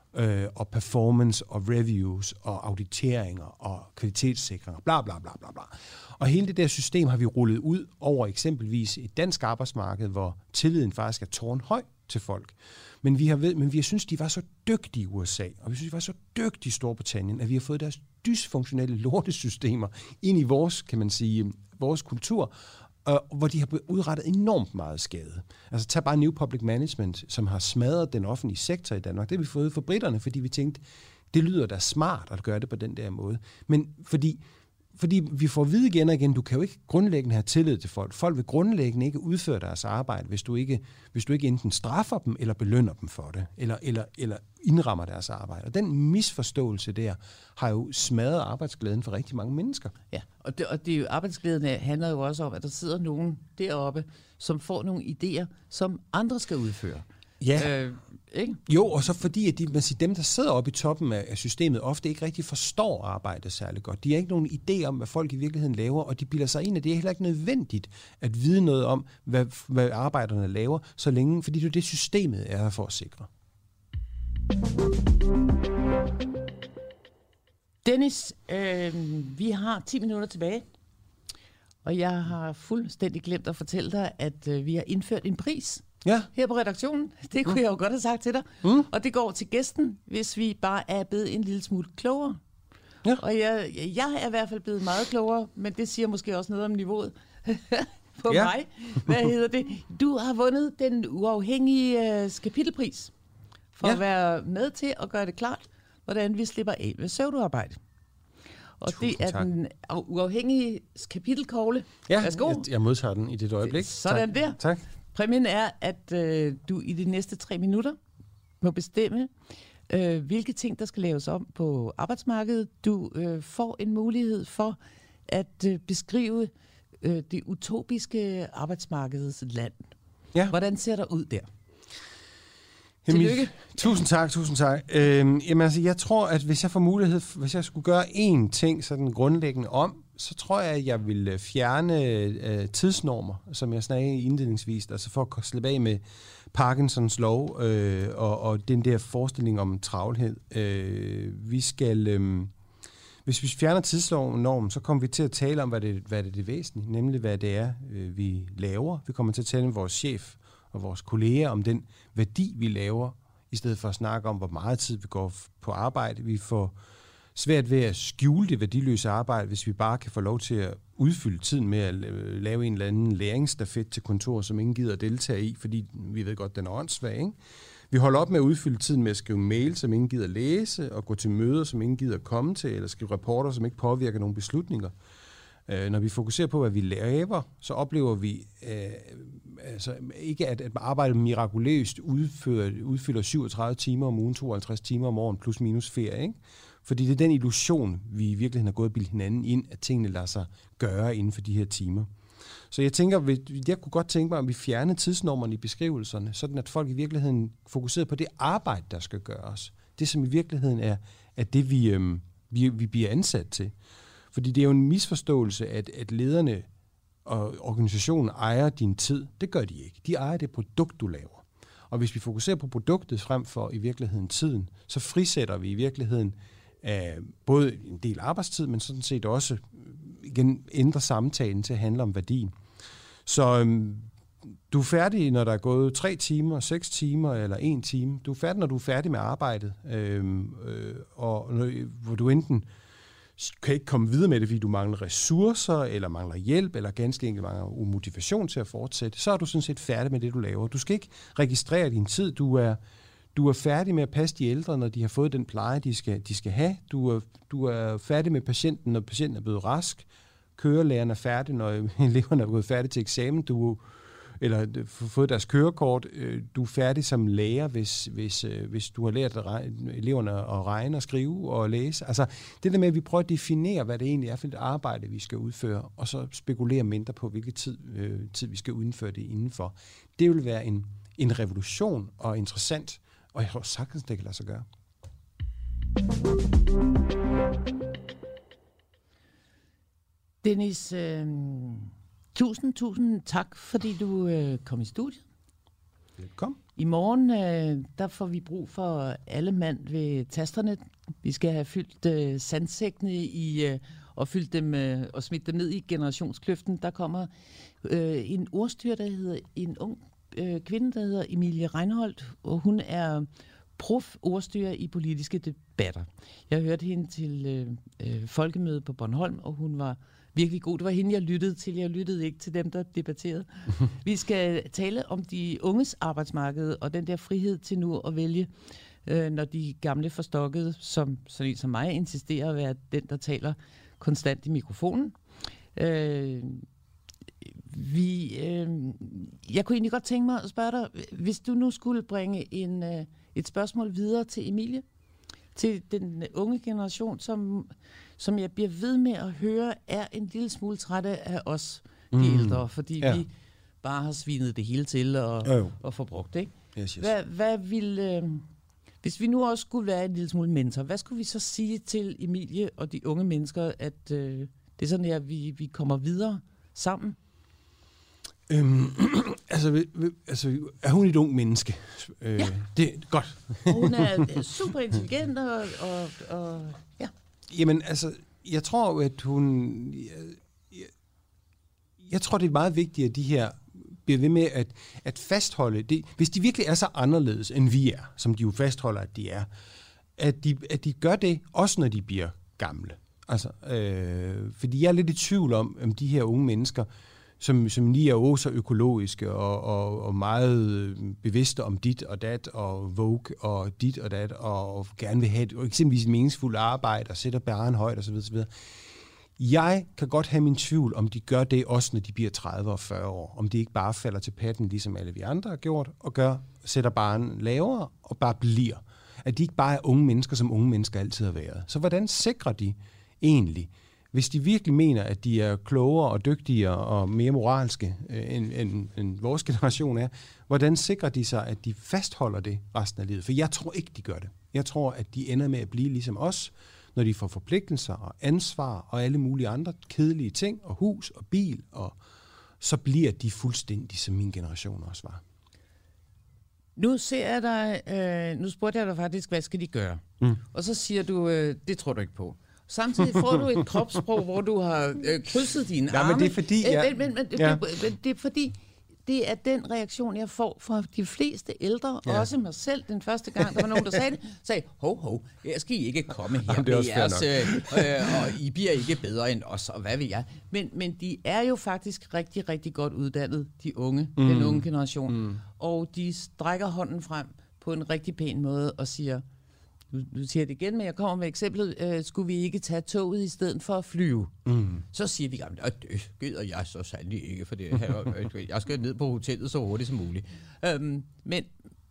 øh, og performance og reviews og auditeringer og kvalitetssikringer, bla bla bla bla bla. Og hele det der system har vi rullet ud over eksempelvis et dansk arbejdsmarked, hvor tilliden faktisk er tårnhøj til folk. Men vi har ved, men vi har synes, de var så dygtige i U S A, og vi synes, de var så dygtige i Storbritannien, at vi har fået deres dysfunktionelle lortesystemer ind i vores, kan man sige, vores kultur, og hvor de har udrettet enormt meget skade. Altså tag bare New Public Management, som har smadret den offentlige sektor i Danmark. Det har vi fået fra britterne, fordi vi tænkte, det lyder da smart at gøre det på den der måde. Men fordi Fordi vi får at vide igen og igen, du kan jo ikke grundlæggende have tillid til folk. Folk vil grundlæggende ikke udføre deres arbejde, hvis du ikke, hvis du ikke enten straffer dem, eller belønner dem for det, eller, eller, eller indrammer deres arbejde. Og den misforståelse der har jo smadret arbejdsglæden for rigtig mange mennesker. Ja, og, det, og det, arbejdsglæden handler jo også om, at der sidder nogen deroppe, som får nogle idéer, som andre skal udføre. Ja. Øh, ikke? Jo, og så fordi at de, man siger, dem, der sidder oppe i toppen af systemet, ofte ikke rigtig forstår arbejdet særlig godt. De har ikke nogen idé om, hvad folk i virkeligheden laver, og de bilder sig ind, at det er heller ikke nødvendigt at vide noget om, hvad, hvad arbejderne laver, så længe, fordi det er det, systemet er her for at sikre. Dennis, øh, vi har ti minutter tilbage, og jeg har fuldstændig glemt at fortælle dig, at øh, vi har indført en pris. Ja. Her på redaktionen. Det kunne mm. jeg jo godt have sagt til dig. Mm. Og det går til gæsten, hvis vi bare er blevet en lille smule klogere. Ja. Og jeg, jeg er i hvert fald blevet meget klogere, men det siger måske også noget om niveauet på ja. mig. Hvad hedder det? Du har vundet den uafhængige uh, kapitelpris for ja. at være med til at gøre det klart, hvordan vi slipper af med pseudoarbejde. Og Tusind det er tak. Den uafhængige kapitelkogle. Ja, Værsgo. jeg, jeg modtager den i det øjeblik. Sådan tak. der. Tak. Præmien er, at øh, du i de næste tre minutter må bestemme, øh, hvilke ting, der skal laves om på arbejdsmarkedet. Du øh, får en mulighed for at øh, beskrive øh, det utopiske arbejdsmarkedsland. Ja. Hvordan ser der ud der? Jamen, tillykke. Tusind tak, tusind tak. Øhm, jamen, altså, jeg tror, at hvis jeg får mulighed, hvis jeg skulle gøre én ting sådan grundlæggende om, så tror jeg, at jeg vil fjerne øh, tidsnormer, som jeg snakkede indledningsvis, altså for at slippe af med Parkinsons lov øh, og, og den der forestilling om travlhed. Øh, vi skal, øh, hvis vi fjerner tidsnormen, så kommer vi til at tale om, hvad det, hvad det er det væsentlige, nemlig hvad det er, øh, vi laver. Vi kommer til at tale med vores chef og vores kolleger om den værdi, vi laver, i stedet for at snakke om, hvor meget tid vi går på arbejde. Vi får svært ved at skjule det værdiløse arbejde, hvis vi bare kan få lov til at udfylde tiden med at lave en eller anden læringsstafet til kontor, som ingen gider at deltage i, fordi vi ved godt, den er åndssvag, ikke? Vi holder op med at udfylde tiden med at skrive mail, som ingen gider læse, og gå til møder, som ingen gider komme til, eller skrive rapporter, som ikke påvirker nogle beslutninger. Når vi fokuserer på, hvad vi laver, så oplever vi øh, altså ikke, at, at arbejdet mirakuløst udfører, udfylder syvogtredive timer om ugen, tooghalvtreds timer om året, plus minus ferie, ikke? Fordi det er den illusion, vi i virkeligheden har gået og bildet hinanden ind, at tingene lader sig gøre inden for de her timer. Så jeg tænker, jeg kunne godt tænke mig, at vi fjernede tidsnormerne i beskrivelserne, sådan at folk i virkeligheden fokuserer på det arbejde, der skal gøres. Det, som i virkeligheden er, er det, vi, øhm, vi, vi bliver ansat til. Fordi det er jo en misforståelse, at, at lederne og organisationen ejer din tid. Det gør de ikke. De ejer det produkt, du laver. Og hvis vi fokuserer på produktet frem for i virkeligheden tiden, så frisætter vi i virkeligheden af både en del arbejdstid, men sådan set også igen ændrer samtalen til at handle om værdien. Så øhm, du er færdig, når der er gået tre timer, seks timer eller en time. Du er færdig, når du er færdig med arbejdet, øhm, øh, og når, hvor du enten kan ikke komme videre med det, fordi du mangler ressourcer, eller mangler hjælp, eller ganske enkelt mangler motivation til at fortsætte, så er du sådan set færdig med det, du laver. Du skal ikke registrere din tid. Du er, du er færdig med at passe de ældre, når de har fået den pleje, de skal, de skal have. Du er, du er færdig med patienten, når patienten er blevet rask. Kørelæreren er færdig, når eleverne er gået færdig til eksamen. Du eller fået deres kørekort. Du er færdig som lærer, hvis, hvis, hvis du har lært eleverne at regne og skrive og læse. Altså det der med, at vi prøver at definere, hvad det egentlig er for et arbejde, vi skal udføre, og så spekulere mindre på, hvilken tid, øh, tid vi skal udføre det indenfor. Det vil være en, en revolution og interessant, og jeg tror sagtens, det kan lade sig gøre. Dennis, øh... Tusind, tusind tak, fordi du øh, kom i studiet. Velkommen. I morgen, øh, der får vi brug for alle mand ved tasterne. Vi skal have fyldt øh, sandsækkene i, øh, og fyldt dem øh, og smidt dem ned i generationskløften. Der kommer øh, en ordstyr, der hedder en ung øh, kvinde, der hedder Emilie Reinholdt, og hun er prof ordstyrer i politiske debatter. Jeg hørte hende til øh, øh, folkemøde på Bornholm, og hun var virkelig god. Det var hende, jeg lyttede til. Jeg lyttede ikke til dem, der debatterede. Vi skal tale om de unges arbejdsmarked, og den der frihed til nu at vælge, øh, når de gamle forstokkede, som sådan en som mig, insisterer at være den, der taler konstant i mikrofonen. Øh, vi, øh, jeg kunne egentlig godt tænke mig at spørge dig, hvis du nu skulle bringe en, øh, et spørgsmål videre til Emilie, til den unge generation, som, som jeg bliver ved med at høre, er en lille smule trætte af os, de mm. ældre, fordi ja. vi bare har svinet det hele til og, oh. og forbrugt, ikke? Yes, yes. Hvad, hvad vil, øh, hvis vi nu også skulle være en lille smule mentor, hvad skulle vi så sige til Emilie og de unge mennesker, at øh, det er sådan her, vi, vi kommer videre sammen? Øhm, altså, altså, er hun et ung menneske? Øh, ja. Det er godt. Og hun er super intelligent, og, og, og ja. Jamen, altså, jeg tror, at hun... Jeg, jeg, jeg tror, det er meget vigtigt, at de her bliver ved med at, at fastholde det. Hvis de virkelig er så anderledes, end vi er, som de jo fastholder, at de er, at de, at de gør det, også når de bliver gamle. Altså, øh, fordi jeg er lidt i tvivl om, om de her unge mennesker, som, som lige er også så økologiske og, og, og meget bevidste om dit og dat og Vogue og dit og dat og gerne vil have et, eksempelvis et meningsfuldt arbejde og sætter barren højt osv. osv. Jeg kan godt have min tvivl, om de gør det også, når de bliver tredive og fyrre år. Om de ikke bare falder til patten, ligesom alle vi andre har gjort, og gør, sætter barren lavere og bare bliver. At de ikke bare er unge mennesker, som unge mennesker altid har været. Så hvordan sikrer de egentlig, hvis de virkelig mener, at de er klogere og dygtigere og mere moralske, øh, end, end, end vores generation er, hvordan sikrer de sig, at de fastholder det resten af livet? For jeg tror ikke, de gør det. Jeg tror, at de ender med at blive ligesom os, når de får forpligtelser og ansvar og alle mulige andre kedelige ting, og hus og bil, og så bliver de fuldstændig, som min generation også var. Nu ser jeg dig, øh, nu spurgte jeg dig faktisk, hvad skal de gøre? Mm. Og så siger du, øh, det tror du ikke på. Samtidig får du et kropssprog, hvor du har øh, krydset dine ja, arme. Men det er fordi, ja. men, men, men, ja. det, det er fordi, det er den reaktion, jeg får fra de fleste ældre, ja. Også mig selv. Den første gang, der var nogen, der sagde det, sagde, hov, hov, jeg skal I ikke komme her Jamen, med jeres, øh, øh, og I bliver ikke bedre end os, og hvad ved jeg. Men, men de er jo faktisk rigtig, rigtig godt uddannet, de unge, mm. den unge generation. Mm. Og de strækker hånden frem på en rigtig pæn måde og siger, Nu, nu siger jeg det igen, men jeg kommer med eksemplet. Øh, skulle vi ikke tage toget i stedet for at flyve? Mm. Så siger vi, at det gider jeg så sandelig ikke, for det her, jeg skal ned på hotellet så hurtigt som muligt. Øhm, men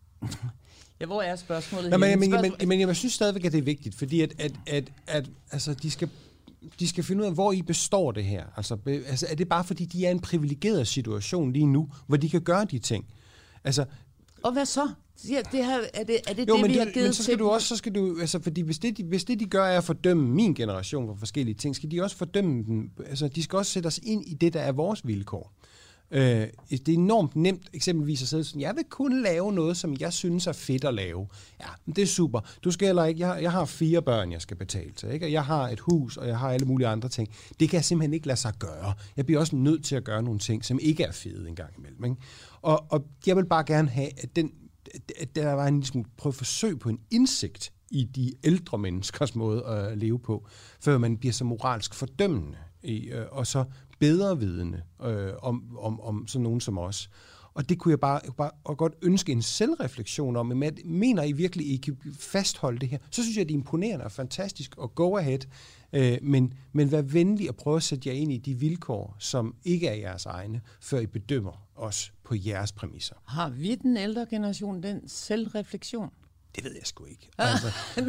ja, hvor er spørgsmålet? Nå, men, men, Spørgsmål... men, men jeg synes stadigvæk, at det er vigtigt, fordi at, at, at, at altså, de skal de skal finde ud af, hvor I består det her. Altså, be, altså, er det bare fordi, de er i en privilegeret situation lige nu, hvor de kan gøre de ting? Altså, og hvad så? Ja, det her, er det er det, jo, det men vi det, har givet men så skal til? du også, så skal du, altså, fordi hvis det, de, hvis det, de gør, er at fordømme min generation for forskellige ting, skal de også fordømme dem. Altså, de skal også sætte os ind i det, der er vores vilkår. Øh, det er enormt nemt eksempelvis at sidde sådan, jeg vil kun lave noget, som jeg synes er fedt at lave. Ja, det er super. Du skal heller ikke, jeg, jeg har fire børn, jeg skal betale til, ikke? Og jeg har et hus, og jeg har alle mulige andre ting. Det kan jeg simpelthen ikke lade sig gøre. Jeg bliver også nødt til at gøre nogle ting, som ikke er fede en gang imellem, ikke? Og, og jeg vil bare gerne have, at den at der var en ligesom, prøve forsøg på en indsigt i de ældre menneskers måde at leve på, før man bliver så moralsk fordømmende i, øh, og så bedrevidende øh, om, om, om sådan nogen som os. Og det kunne jeg bare, bare og godt ønske en selvreflektion om, men mener I virkelig, I kan fastholde det her? Så synes jeg, det er imponerende og fantastisk og go ahead, øh, men, men vær venlig og prøve at sætte jer ind i de vilkår, som ikke er jeres egne, før I bedømmer os på jeres præmisser. Har vi den ældre generation den selvreflektion? Det ved jeg sgu ikke. Altså,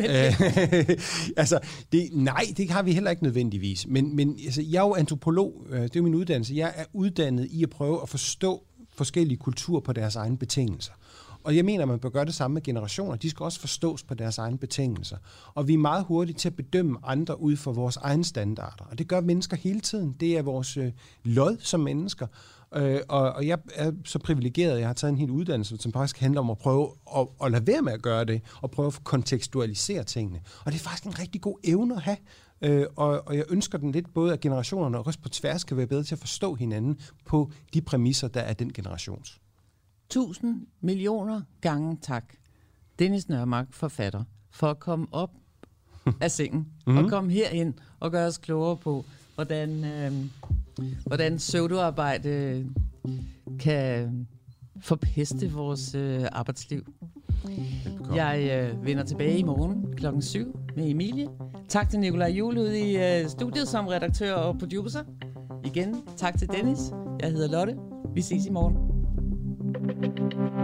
øh, altså det, nej, det har vi heller ikke nødvendigvis. Men, men altså, jeg er jo antropolog, øh, det er jo min uddannelse. Jeg er uddannet i at prøve at forstå forskellige kulturer på deres egne betingelser. Og jeg mener, at man bør gøre det samme med generationer. De skal også forstås på deres egne betingelser. Og vi er meget hurtige til at bedømme andre ud fra vores egne standarder. Og det gør mennesker hele tiden. Det er vores øh, lod som mennesker. Øh, og, og jeg er så privilegeret, at jeg har taget en hel uddannelse, som faktisk handler om at prøve at, at lade være med at gøre det, og prøve at kontekstualisere tingene. Og det er faktisk en rigtig god evne at have. Øh, og, og jeg ønsker den lidt både, at generationerne og også på tværs kan være bedre til at forstå hinanden på de præmisser, der er den generations. Tusind millioner gange tak, Dennis Nørmark, forfatter, for at komme op af sengen mm-hmm. og komme herind og gøre os klogere på, hvordan, øh, hvordan pseudoarbejde kan forpeste vores øh, arbejdsliv. Kom. Jeg øh, vender tilbage i morgen klokken syv med Emilie. Tak til Nikolaj Juhl ude i øh, studiet som redaktør og producer. Igen, tak til Dennis. Jeg hedder Lotte. Vi ses i morgen.